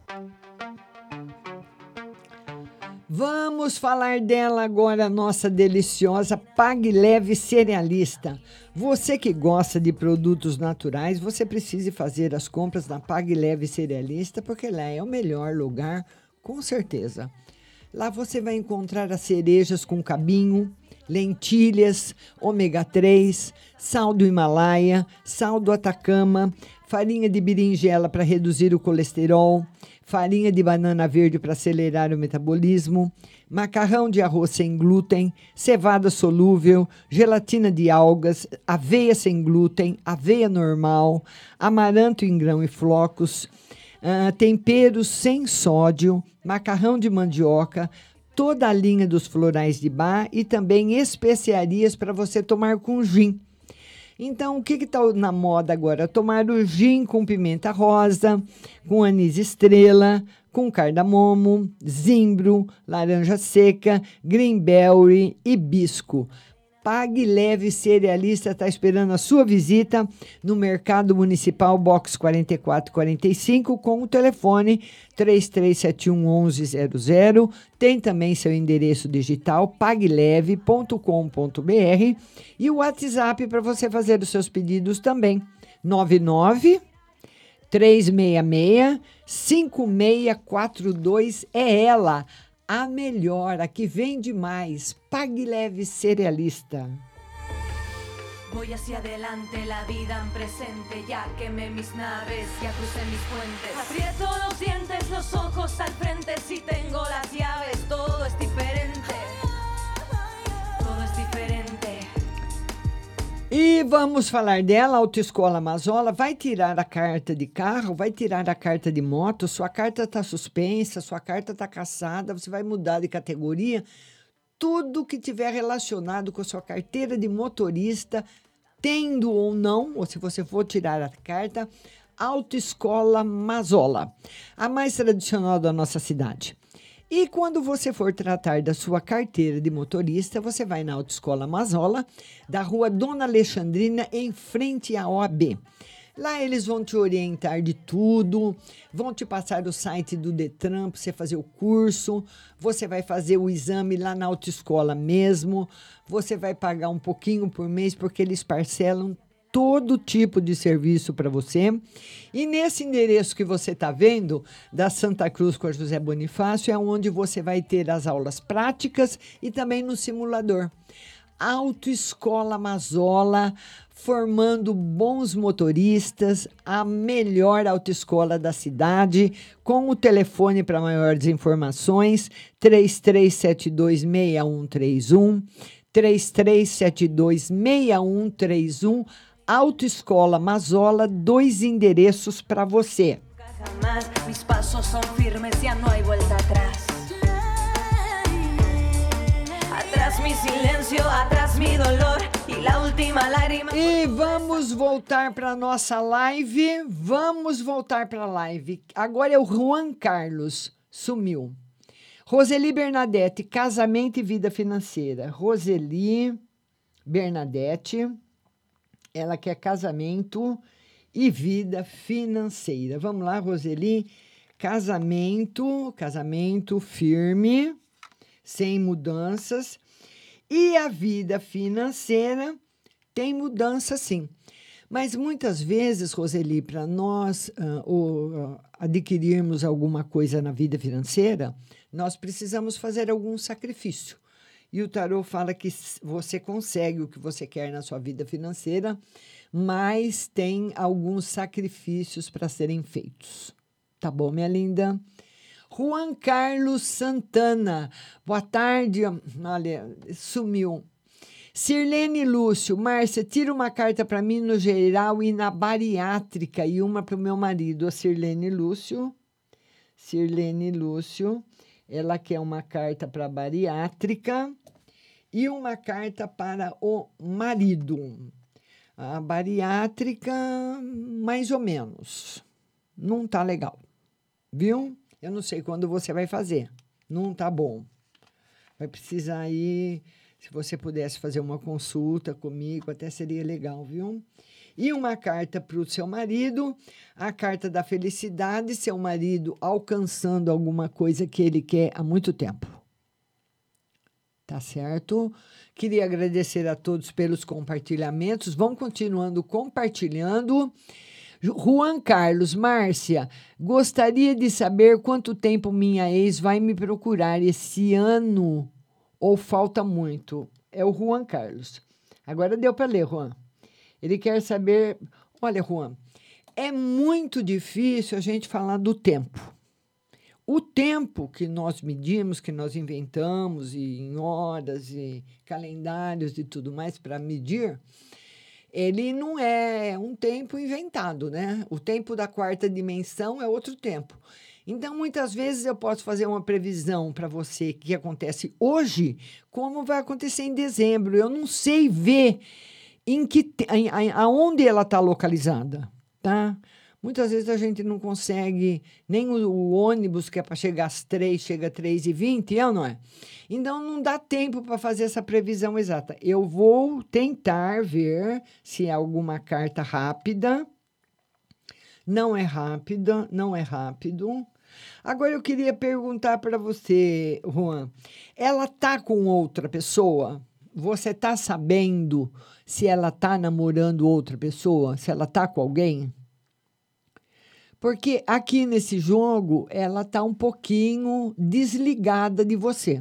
Vamos falar dela agora, nossa deliciosa Pague Leve Cerealista. Você que gosta de produtos naturais, você precisa fazer as compras na Pague Leve Cerealista, porque lá é o melhor lugar, com certeza. Lá você vai encontrar as cerejas com cabinho, lentilhas, ômega 3, sal do Himalaia, sal do Atacama, farinha de berinjela para reduzir o colesterol, farinha de banana verde para acelerar o metabolismo, macarrão de arroz sem glúten, cevada solúvel, gelatina de algas, aveia sem glúten, aveia normal, amaranto em grão e flocos, temperos sem sódio, macarrão de mandioca, toda a linha dos florais de Bach e também especiarias para você tomar com gin. Então, o que está na moda agora? Tomar o gin com pimenta rosa, com anis estrela, com cardamomo, zimbro, laranja seca, greenberry, hibisco. Pague Leve Cerealista está esperando a sua visita no Mercado Municipal Box 4445 com o telefone 3371 1100. Tem também seu endereço digital pagueleve.com.br e o WhatsApp para você fazer os seus pedidos também. 99 366 5642 é ela. A melhor, a que vende mais. Pague Leve Cerealista. Voy hacia adelante, la vida en presente, ya quemé mis naves, ya crucé mis puentes. Aprieto los dientes, los ojos al frente, si tengo las llaves, todo es diferente. Todo es diferente. E vamos falar dela, Autoescola Mazola. Vai tirar a carta de carro, vai tirar a carta de moto, sua carta está suspensa, sua carta está cassada, você vai mudar de categoria. Tudo que tiver relacionado com a sua carteira de motorista, tendo ou não, ou se você for tirar a carta, Autoescola Mazola, a mais tradicional da nossa cidade. E quando você for tratar da sua carteira de motorista, você vai na Autoescola Mazola, da rua Dona Alexandrina, em frente à OAB. Lá eles vão te orientar de tudo, vão te passar o site do Detran para você fazer o curso, você vai fazer o exame lá na autoescola mesmo, você vai pagar um pouquinho por mês porque eles parcelam todo tipo de serviço para você. E nesse endereço que você está vendo, da Santa Cruz com a José Bonifácio, é onde você vai ter as aulas práticas e também no simulador. Autoescola Mazola, formando bons motoristas, a melhor autoescola da cidade, com o telefone para maiores informações, 33726131, 33726131, Autoescola Mazola, 2 endereços para você. Jamás mis pasos son firmes, ya no hay vuelta atrás. Atrás mi silencio, atrás mi dolor y la última lágrima. E vamos voltar para nossa live. Vamos voltar para a live. Agora é o Juan Carlos, sumiu. Roseli Bernadette, casamento e vida financeira. Roseli Bernadette, ela quer casamento e vida financeira. Vamos lá, Roseli. Casamento firme, sem mudanças. E a vida financeira tem mudança, sim. Mas muitas vezes, Roseli, para nós adquirirmos alguma coisa na vida financeira, nós precisamos fazer algum sacrifício. E o tarô fala que você consegue o que você quer na sua vida financeira, mas tem alguns sacrifícios para serem feitos. Tá bom, minha linda? Juan Carlos Santana, boa tarde. Olha, sumiu. Sirlene Lúcio, Márcia, tira uma carta para mim no geral e na bariátrica e uma para o meu marido. A Sirlene Lúcio, ela quer uma carta para a bariátrica e uma carta para o marido. A bariátrica, mais ou menos, não tá legal, viu? Eu não sei quando você vai fazer, não tá bom. Vai precisar ir, se você pudesse fazer uma consulta comigo, até seria legal, viu? E uma carta para o seu marido, a carta da felicidade, seu marido alcançando alguma coisa que ele quer há muito tempo. Tá certo? Queria agradecer a todos pelos compartilhamentos. Vão continuando compartilhando. Juan Carlos, Márcia, gostaria de saber quanto tempo minha ex vai me procurar esse ano ou falta muito. é o Juan Carlos. Agora deu para ler, Juan. Ele quer saber... Olha, Juan, é muito difícil a gente falar do tempo. O tempo que nós medimos, que nós inventamos em horas e calendários e tudo mais para medir, ele não é um tempo inventado, né? O tempo da quarta dimensão é outro tempo. Então, muitas vezes eu posso fazer uma previsão para você que acontece hoje, como vai acontecer em dezembro. Eu não sei ver aonde ela está localizada, tá? Muitas vezes a gente não consegue, nem o ônibus que é para chegar às 3, chega às 3h20, é ou não é? Então, não dá tempo para fazer essa previsão exata. Eu vou tentar ver se é alguma carta rápida. Não é rápida, não é rápido. Agora, eu queria perguntar para você, Juan, ela está com outra pessoa? Você está sabendo se ela está namorando outra pessoa? Se ela está com alguém? Porque aqui nesse jogo, ela está um pouquinho desligada de você.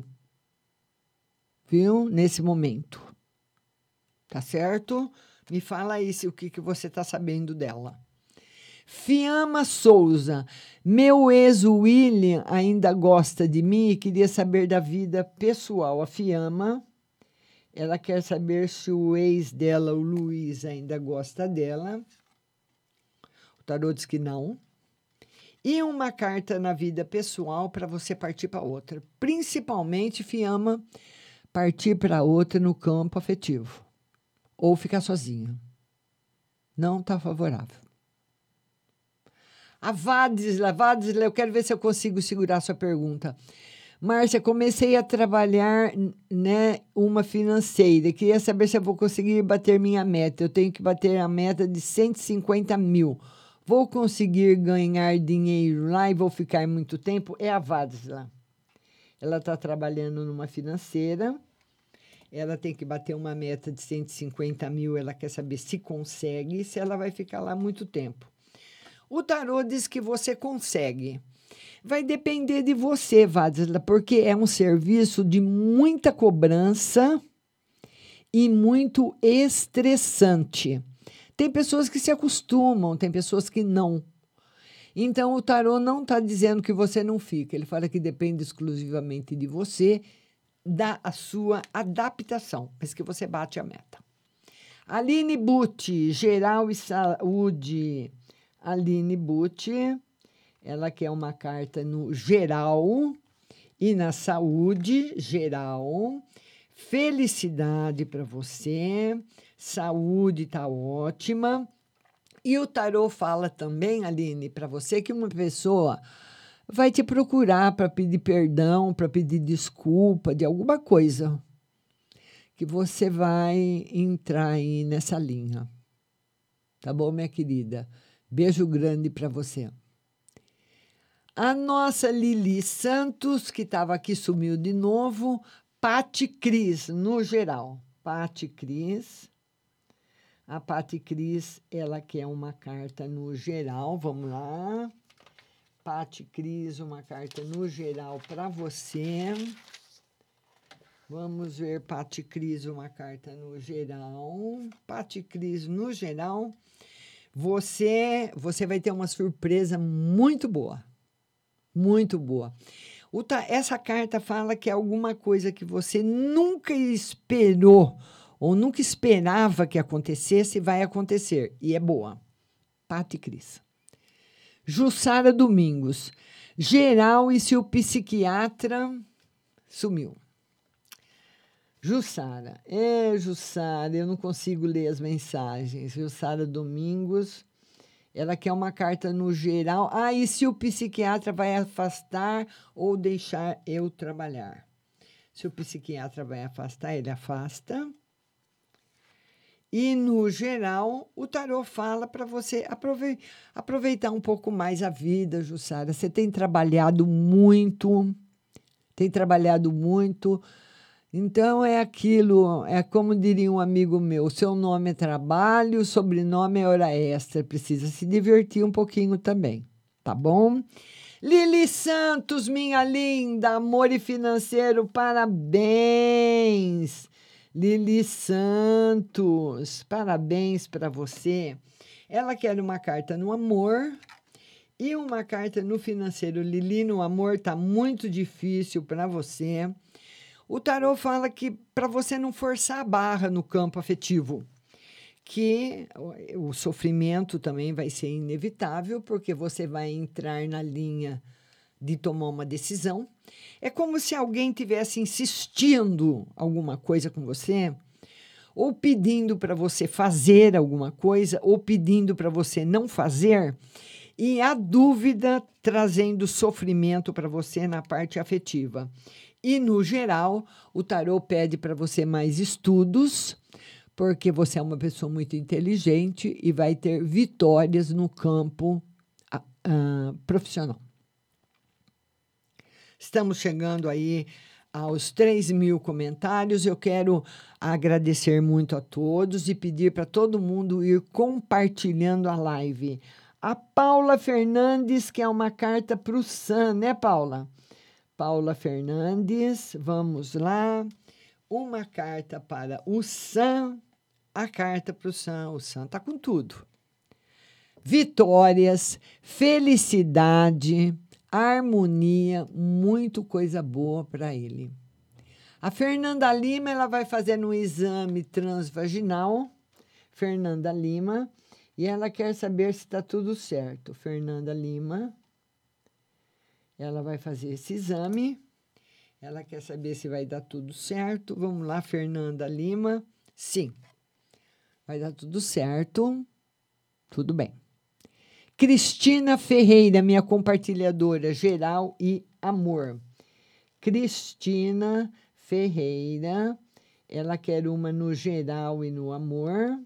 Viu? Nesse momento. Tá certo? Me fala aí o que você está sabendo dela. Fiamma Souza. Meu ex-William ainda gosta de mim e queria saber da vida pessoal. A Fiamma, ela quer saber se o ex dela, o Luiz, ainda gosta dela. O tarô diz que não. E uma carta na vida pessoal para você partir para outra. Principalmente, Fiamma, partir para outra no campo afetivo. Ou ficar sozinha. Não está favorável. A Vadisla, eu quero ver se eu consigo segurar a sua pergunta. Márcia, comecei a trabalhar, né, uma financeira. Queria saber se eu vou conseguir bater minha meta. Eu tenho que bater a meta de 150 mil. Vou conseguir ganhar dinheiro lá e vou ficar muito tempo? É a Vadisla. Ela está trabalhando numa financeira. Ela tem que bater uma meta de 150 mil. Ela quer saber se consegue, se ela vai ficar lá muito tempo. O tarô diz que você consegue. Vai depender de você, Vadisla, porque é um serviço de muita cobrança e muito estressante. Tem pessoas que se acostumam, tem pessoas que não. Então, o tarô não está dizendo que você não fica. Ele fala que depende exclusivamente de você, da sua adaptação, mas que você bate a meta. Aline Butti, geral e saúde. Aline Butti, ela quer uma carta no geral e na saúde geral. Felicidade para você, saúde está ótima. E o tarô fala também, Aline, para você que uma pessoa vai te procurar para pedir perdão, para pedir desculpa de alguma coisa, que você vai entrar aí nessa linha. Tá bom, minha querida? Beijo grande para você. A nossa Lili Santos, que estava aqui, sumiu de novo. Pati Cris, no geral. Pati Cris. A Pati Cris, ela quer uma carta no geral. Vamos lá. Pati Cris, uma carta no geral para você. Vamos ver, Pati Cris, uma carta no geral. Pati Cris, no geral. Você vai ter uma surpresa muito boa. Muito boa. Essa carta fala que é alguma coisa que você nunca esperou ou nunca esperava que acontecesse, vai acontecer. E é boa. Pati Cris. Jussara Domingos. Geral e se o psiquiatra sumiu. Jussara. Jussara, eu não consigo ler as mensagens. Jussara Domingos. Ela quer uma carta no geral. E se o psiquiatra vai afastar ou deixar eu trabalhar? Se o psiquiatra vai afastar, ele afasta. E, no geral, o tarô fala para você aproveitar um pouco mais a vida, Jussara. Você tem trabalhado muito. Então, é aquilo, é como diria um amigo meu, seu nome é trabalho, o sobrenome é hora extra. Precisa se divertir um pouquinho também, tá bom? Lili Santos, minha linda, amor e financeiro, parabéns! Lili Santos, parabéns para você. Ela quer uma carta no amor e uma carta no financeiro. Lili, no amor tá muito difícil para você. O tarô fala que para você não forçar a barra no campo afetivo, que o sofrimento também vai ser inevitável, porque você vai entrar na linha de tomar uma decisão. É como se alguém tivesse insistindo alguma coisa com você, ou pedindo para você fazer alguma coisa, ou pedindo para você não fazer, e a dúvida trazendo sofrimento para você na parte afetiva. E, no geral, o tarô pede para você mais estudos, porque você é uma pessoa muito inteligente e vai ter vitórias no campo profissional. Estamos chegando aí aos 3.000 comentários. Eu quero agradecer muito a todos e pedir para todo mundo ir compartilhando a live. A Paula Fernandes quer uma carta para o Sam, né, Paula? Paula Fernandes, vamos lá. Uma carta para o Sam. A carta para o Sam. O Sam está com tudo. Vitórias, felicidade, harmonia, muito coisa boa para ele. A Fernanda Lima, ela vai fazer um exame transvaginal. Fernanda Lima. E ela quer saber se está tudo certo. Fernanda Lima. Ela vai fazer esse exame. Ela quer saber se vai dar tudo certo. Vamos lá, Fernanda Lima. Sim. Vai dar tudo certo. Tudo bem. Cristina Ferreira, minha compartilhadora geral e amor. Cristina Ferreira. Ela quer uma no geral e no amor.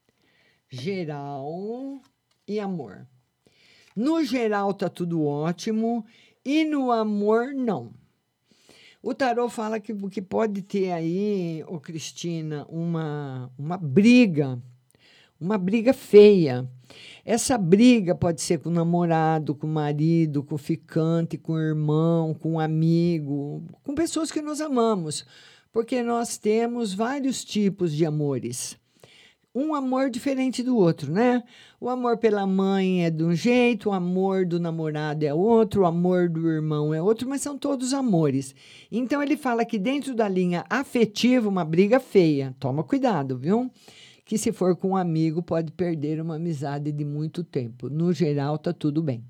Geral e amor. No geral tá tudo ótimo e no amor não. O tarô fala que pode ter aí, Cristina, uma briga feia. Essa briga pode ser com o namorado, com o marido, com o ficante, com o irmão, com o amigo, com pessoas que nós amamos, porque nós temos vários tipos de amores. Um amor diferente do outro, né? O amor pela mãe é de um jeito, o amor do namorado é outro, o amor do irmão é outro, mas são todos amores. Então, ele fala que dentro da linha afetiva, uma briga feia. Toma cuidado, viu? Que se for com um amigo, pode perder uma amizade de muito tempo. No geral, tá tudo bem.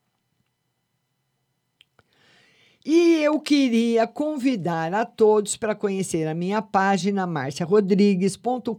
E eu queria convidar a todos para conhecer a minha página marciarodrigues.com.br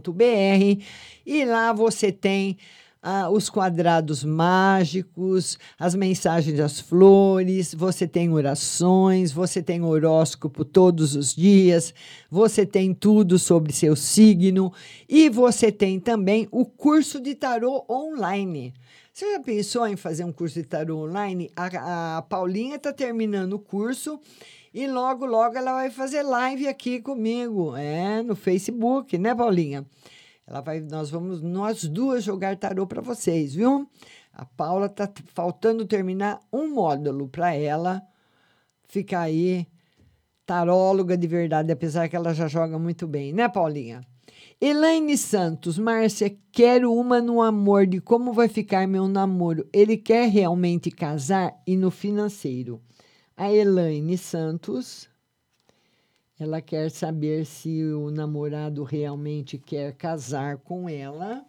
e lá você tem os quadrados mágicos, as mensagens das flores, você tem orações, você tem horóscopo todos os dias, você tem tudo sobre seu signo e você tem também o curso de tarô online. Você já pensou em fazer um curso de tarô online? A Paulinha está terminando o curso e logo, logo ela vai fazer live aqui comigo, no Facebook, né, Paulinha? Nós duas jogar tarô para vocês, viu? A Paula está faltando terminar um módulo para ela ficar aí taróloga de verdade, apesar que ela já joga muito bem, né, Paulinha? Elaine Santos, Márcia, quero uma no amor, de como vai ficar meu namoro. Ele quer realmente casar e no financeiro. A Elaine Santos, ela quer saber se o namorado realmente quer casar com ela.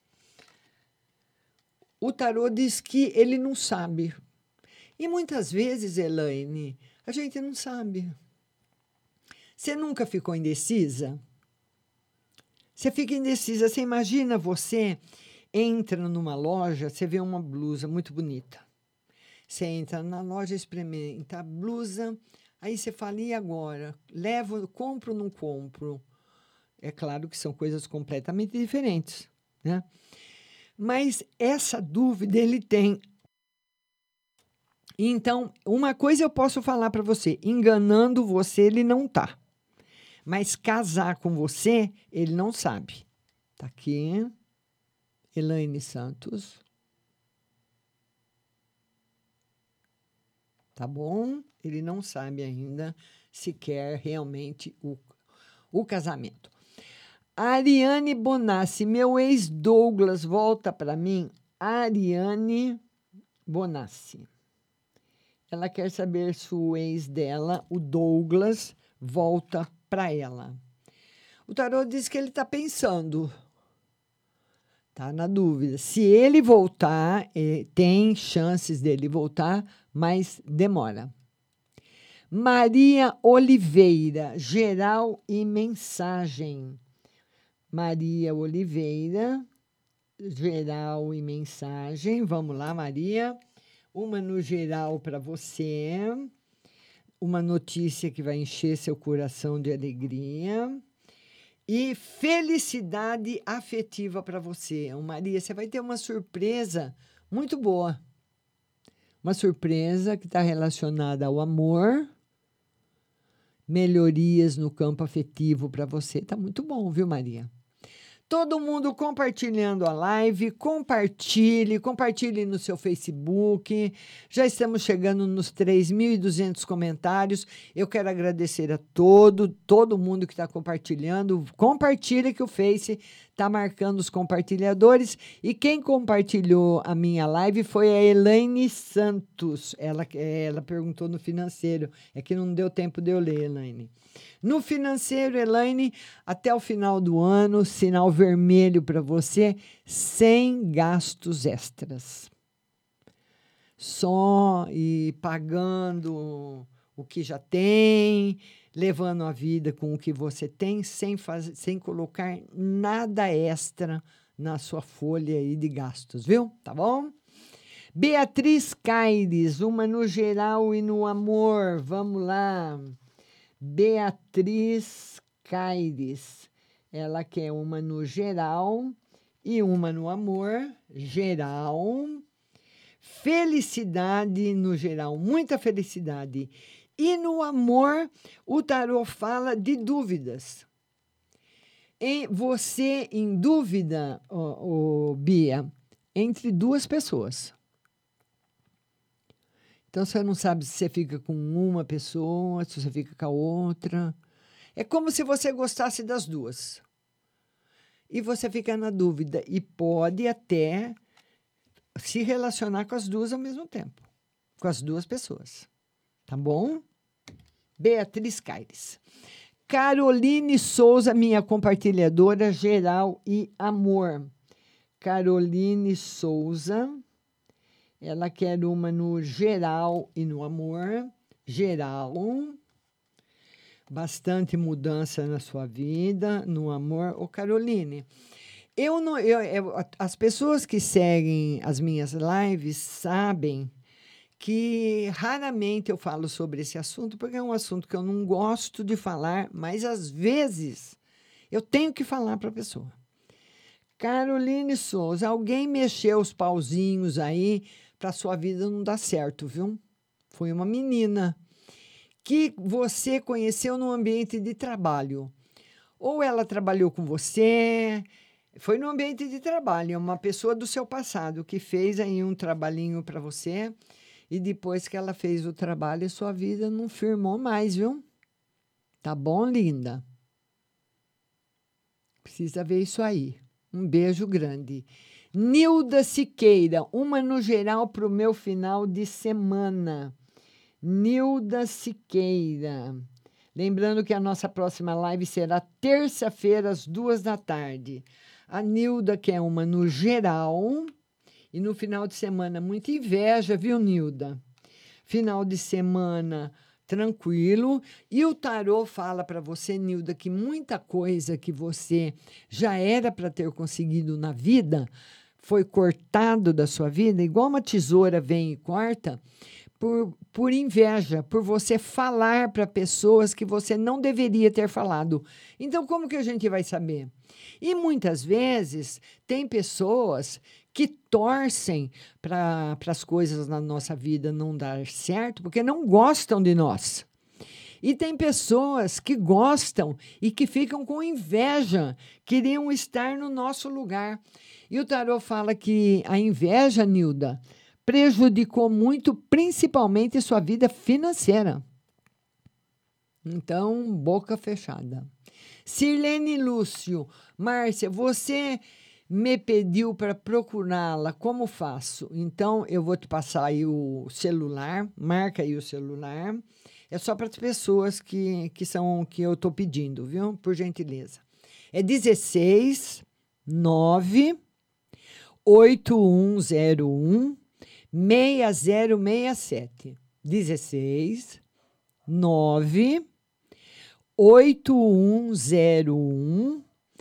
O tarô diz que ele não sabe. E muitas vezes, Elaine, a gente não sabe. Você nunca ficou indecisa? Você fica indecisa. Você imagina, você entra numa loja, você vê uma blusa muito bonita. Você entra na loja, experimenta a blusa, aí você fala, e agora? Compro ou não compro? É claro que são coisas completamente diferentes, né? Mas essa dúvida ele tem. Então, uma coisa eu posso falar para você, enganando você ele não tá. Mas casar com você, ele não sabe. Tá aqui, Elaine Santos. Tá bom? Ele não sabe ainda se quer realmente o casamento. Ariane Bonassi, meu ex Douglas volta para mim. Ariane Bonassi. Ela quer saber se o ex dela, o Douglas, volta para ela. O tarô diz que ele está pensando. Está na dúvida. Se ele voltar, tem chances dele voltar, mas demora. Maria Oliveira, geral e mensagem. Maria Oliveira, geral e mensagem. Vamos lá, Maria. Uma no geral para você. Uma notícia que vai encher seu coração de alegria. E felicidade afetiva para você. Maria, você vai ter uma surpresa muito boa. Uma surpresa que está relacionada ao amor. Melhorias no campo afetivo para você. Está muito bom, viu, Maria? Todo mundo compartilhando a live, compartilhe no seu Facebook. Já estamos chegando nos 3.200 comentários. Eu quero agradecer a todo mundo que está compartilhando. Compartilha que o Face está marcando os compartilhadores. E quem compartilhou a minha live foi a Elaine Santos. Ela perguntou no financeiro. É que não deu tempo de eu ler, Elaine. No financeiro, Elaine, até o final do ano, sinal vermelho para você, sem gastos extras. Só ir pagando o que já tem, levando a vida com o que você tem, sem colocar nada extra na sua folha aí de gastos, viu? Tá bom? Beatriz Caires, uma no geral e no amor. Vamos lá. Beatriz Caires, ela quer uma no geral e uma no amor. Geral, felicidade no geral, muita felicidade. E no amor, o tarô fala de dúvidas. Você em dúvida, Bia, entre duas pessoas. Então, você não sabe se você fica com uma pessoa, se você fica com a outra. É como se você gostasse das duas. E você fica na dúvida. E pode até se relacionar com as duas ao mesmo tempo. Com as duas pessoas. Tá bom? Beatriz Caires. Caroline Souza, minha compartilhadora geral e amor. Caroline Souza. Ela quer uma no geral e no amor. Geral. Bastante mudança na sua vida, no amor. Ô, Caroline, as pessoas que seguem as minhas lives sabem que raramente eu falo sobre esse assunto, porque é um assunto que eu não gosto de falar, mas às vezes eu tenho que falar para a pessoa. Caroline Souza, alguém mexeu os pauzinhos aí para sua vida não dar certo, viu? Foi uma menina que você conheceu no ambiente de trabalho. Ou ela trabalhou com você, foi no ambiente de trabalho, é uma pessoa do seu passado que fez aí um trabalhinho para você e depois que ela fez o trabalho, sua vida não firmou mais, viu? Tá bom, linda? Precisa ver isso aí. Um beijo grande. Nilda Siqueira, uma no geral para o meu final de semana. Nilda Siqueira. Lembrando que a nossa próxima live será terça-feira, às 14h. A Nilda quer uma no geral e no final de semana. Muita inveja, viu, Nilda? Final de semana tranquilo. E o tarô fala para você, Nilda, que muita coisa que você já era para ter conseguido na vida foi cortado da sua vida, igual uma tesoura vem e corta, por inveja, por você falar para pessoas que você não deveria ter falado. Então, como que a gente vai saber? E muitas vezes tem pessoas que torcem para as coisas na nossa vida não dar certo porque não gostam de nós. E tem pessoas que gostam e que ficam com inveja, queriam estar no nosso lugar. E o tarô fala que a inveja, Nilda, prejudicou muito, principalmente sua vida financeira. Então, boca fechada. Sirlene Lúcio, Márcia, você me pediu para procurá-la, como faço? Então, eu vou te passar aí o celular, marca aí o celular. É só para as pessoas que eu estou pedindo, viu? Por gentileza. É 16 9 8101 6067. 16 9 8101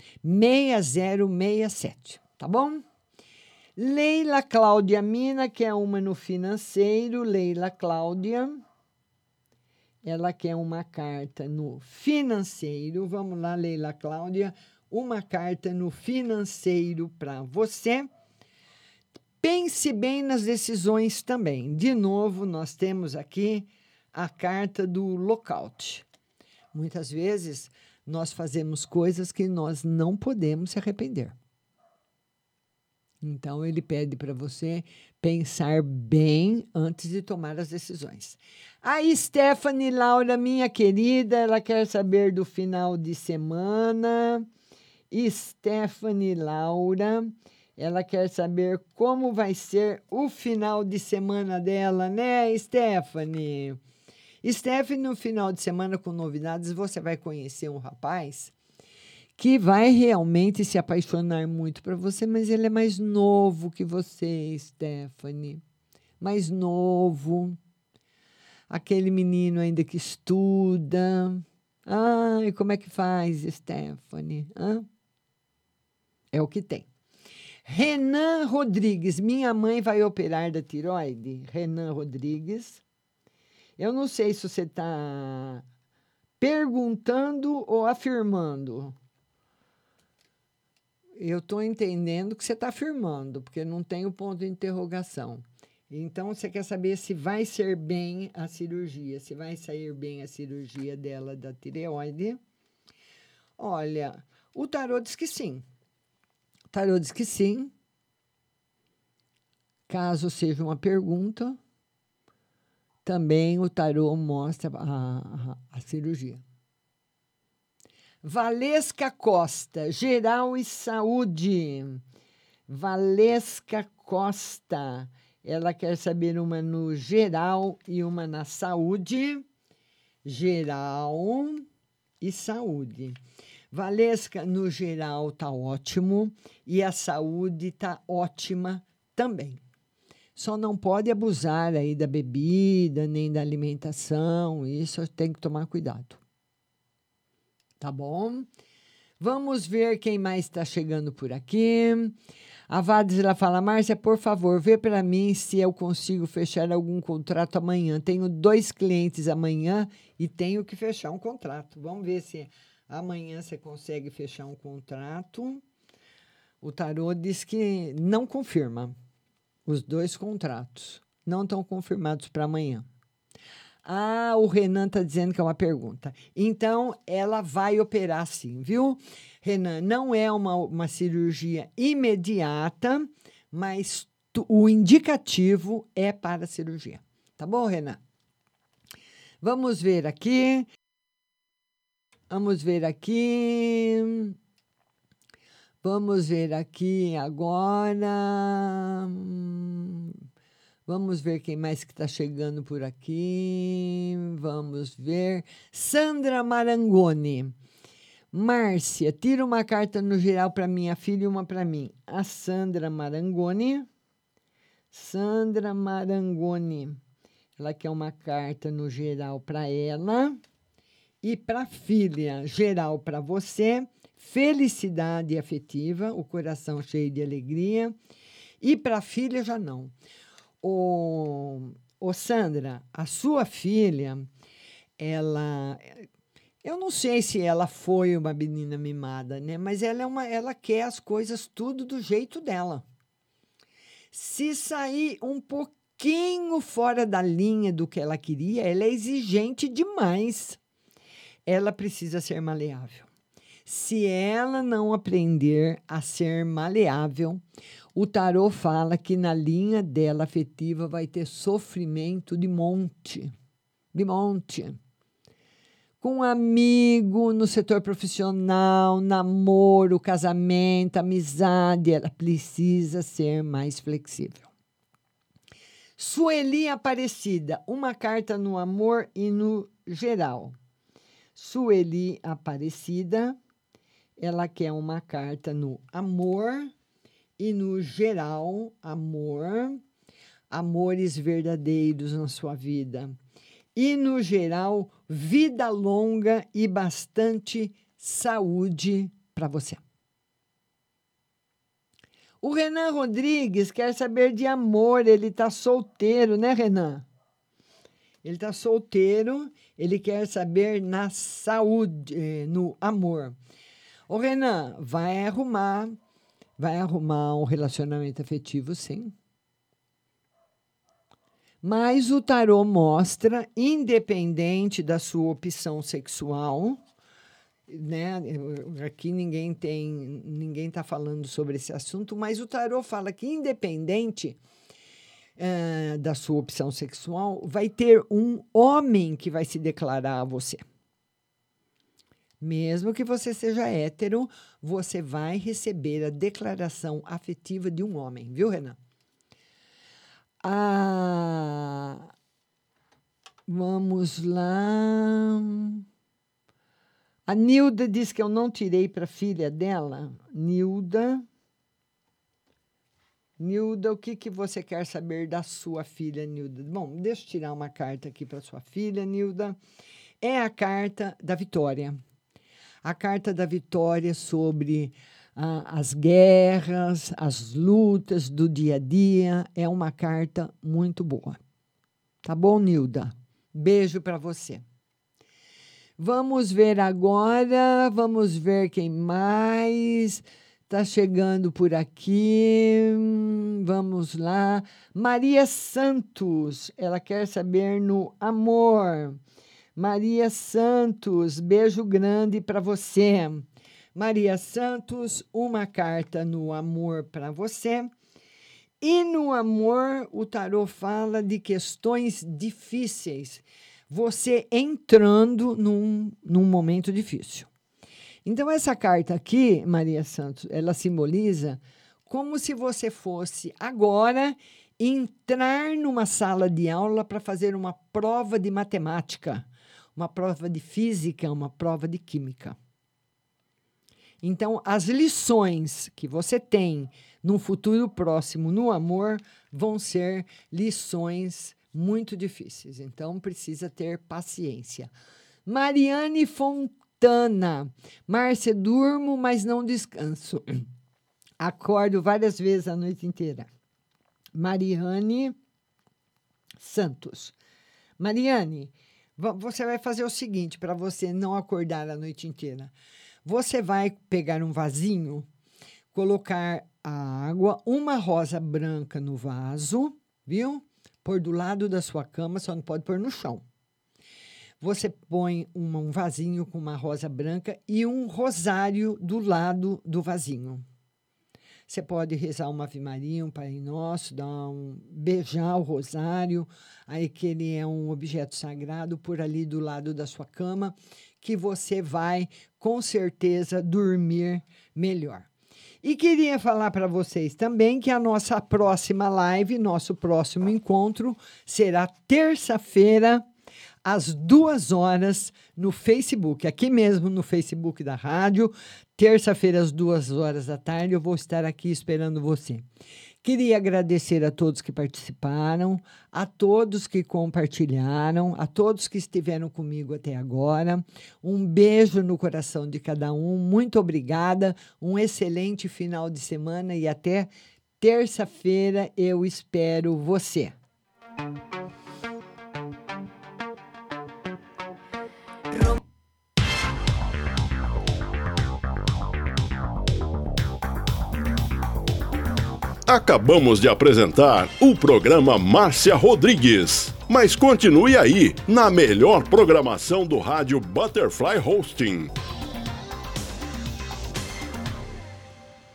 6067, tá bom? Leila Cláudia Mina, que é uma no financeiro. Leila Cláudia, ela quer uma carta no financeiro. Vamos lá, Leila Cláudia, uma carta no financeiro para você. Pense bem nas decisões também. De novo, nós temos aqui a carta do lockout. Muitas vezes, nós fazemos coisas que nós não podemos se arrepender. Então, ele pede para você pensar bem antes de tomar as decisões. A Stephanie Laura, minha querida, ela quer saber do final de semana. Stephanie Laura, ela quer saber como vai ser o final de semana dela, né, Stephanie? Stephanie, no final de semana, com novidades, você vai conhecer um rapaz que vai realmente se apaixonar muito por você, mas ele é mais novo que você, Stephanie. Mais novo. Aquele menino ainda que estuda. Ai, como é que faz, Stephanie? Hã? É o que tem. Renan Rodrigues, minha mãe vai operar da tireoide. Renan Rodrigues. Eu não sei se você está perguntando ou afirmando. Eu estou entendendo que você está afirmando, porque não tem o ponto de interrogação. Então, você quer saber se vai ser bem a cirurgia, se vai sair bem a cirurgia dela da tireoide. Olha, o tarô diz que sim. O tarô diz que sim. Caso seja uma pergunta, também o tarô mostra a cirurgia. Valesca Costa, geral e saúde. Valesca Costa, ela quer saber uma no geral e uma na saúde. Geral e saúde. Valesca, no geral tá ótimo e a saúde tá ótima também. Só não pode abusar aí da bebida, nem da alimentação, isso tem que tomar cuidado. Tá bom? Vamos ver quem mais está chegando por aqui. A Vades, ela fala, Márcia, por favor, vê para mim se eu consigo fechar algum contrato amanhã. Tenho 2 clientes amanhã e tenho que fechar um contrato. Vamos ver se amanhã você consegue fechar um contrato. O tarô diz que não confirma. Os 2 contratos não estão confirmados para amanhã. Ah, o Renan está dizendo que é uma pergunta. Então, ela vai operar sim, viu? Renan, não é uma cirurgia imediata, mas o indicativo é para a cirurgia. Tá bom, Renan? Vamos ver aqui. Vamos ver aqui. Vamos ver aqui agora. Vamos ver quem mais que está chegando por aqui. Vamos ver. Sandra Marangoni. Márcia, tira uma carta no geral para minha filha e uma para mim. A Sandra Marangoni. Sandra Marangoni. Ela quer uma carta no geral para ela. E para a filha, geral para você. Felicidade afetiva, o coração cheio de alegria. E para a filha já não. Sandra, a sua filha, eu não sei se ela foi uma menina mimada, né? Mas ela quer as coisas tudo do jeito dela. Se sair um pouquinho fora da linha do que ela queria, ela é exigente demais. Ela precisa ser maleável. Se ela não aprender a ser maleável, o tarô fala que na linha dela afetiva vai ter sofrimento de monte. De monte. com amigo, no setor profissional, namoro, casamento, amizade, ela precisa ser mais flexível. Sueli Aparecida, uma carta no amor e no geral. Sueli Aparecida, ela quer uma carta no amor e no geral, amores verdadeiros na sua vida. E no geral, vida longa e bastante saúde para você. O Renan Rodrigues quer saber de amor, ele está solteiro, né, Renan? Ele está solteiro, ele quer saber na saúde, no amor. Ô, Renan, vai arrumar um relacionamento afetivo, sim. Mas o tarô mostra, independente da sua opção sexual, né? Aqui ninguém está falando sobre esse assunto, mas o tarô fala que, independente da sua opção sexual, vai ter um homem que vai se declarar a você. Mesmo que você seja hétero, você vai receber a declaração afetiva de um homem, viu, Renan? Vamos lá. A Nilda diz que eu não tirei para a filha dela. Nilda, o que você quer saber da sua filha, Nilda? Bom, deixa eu tirar uma carta aqui para sua filha, Nilda. É a carta da vitória. A carta da vitória sobre as guerras, as lutas do dia a dia. É uma carta muito boa. Tá bom, Nilda? Beijo para você. Vamos ver agora, vamos ver quem mais está chegando por aqui. Vamos lá. Maria Santos, ela quer saber no amor. Maria Santos, beijo grande para você. Maria Santos, uma carta no amor para você. E no amor, o tarô fala de questões difíceis. Você entrando num momento difícil. Então, essa carta aqui, Maria Santos, ela simboliza como se você fosse agora entrar numa sala de aula para fazer uma prova de matemática, uma prova de física, uma prova de química. Então, as lições que você tem no futuro próximo no amor vão ser lições muito difíceis. Então, precisa ter paciência. Mariane Fontana. Márcia, durmo, mas não descanso. Acordo várias vezes a noite inteira. Mariane Santos. Mariane, você vai fazer o seguinte para você não acordar a noite inteira. Você vai pegar um vasinho, colocar a água, uma rosa branca no vaso, viu? Pôr do lado da sua cama, só não pode pôr no chão. Você põe um vasinho com uma rosa branca e um rosário do lado do vasinho. Você pode rezar uma Ave Maria, um Pai Nosso, beijar o rosário, aí que ele é um objeto sagrado por ali do lado da sua cama, que você vai, com certeza, dormir melhor. E queria falar para vocês também que a nossa próxima live, nosso próximo encontro, será terça-feira, às 2 horas, no Facebook, aqui mesmo no Facebook da rádio. Terça-feira, às 2 horas da tarde, eu vou estar aqui esperando você. Queria agradecer a todos que participaram, a todos que compartilharam, a todos que estiveram comigo até agora. Um beijo no coração de cada um. Muito obrigada. Um excelente final de semana e até terça-feira eu espero você. Acabamos de apresentar o programa Márcia Rodrigues. Mas continue aí, na melhor programação do rádio Butterfly Hosting.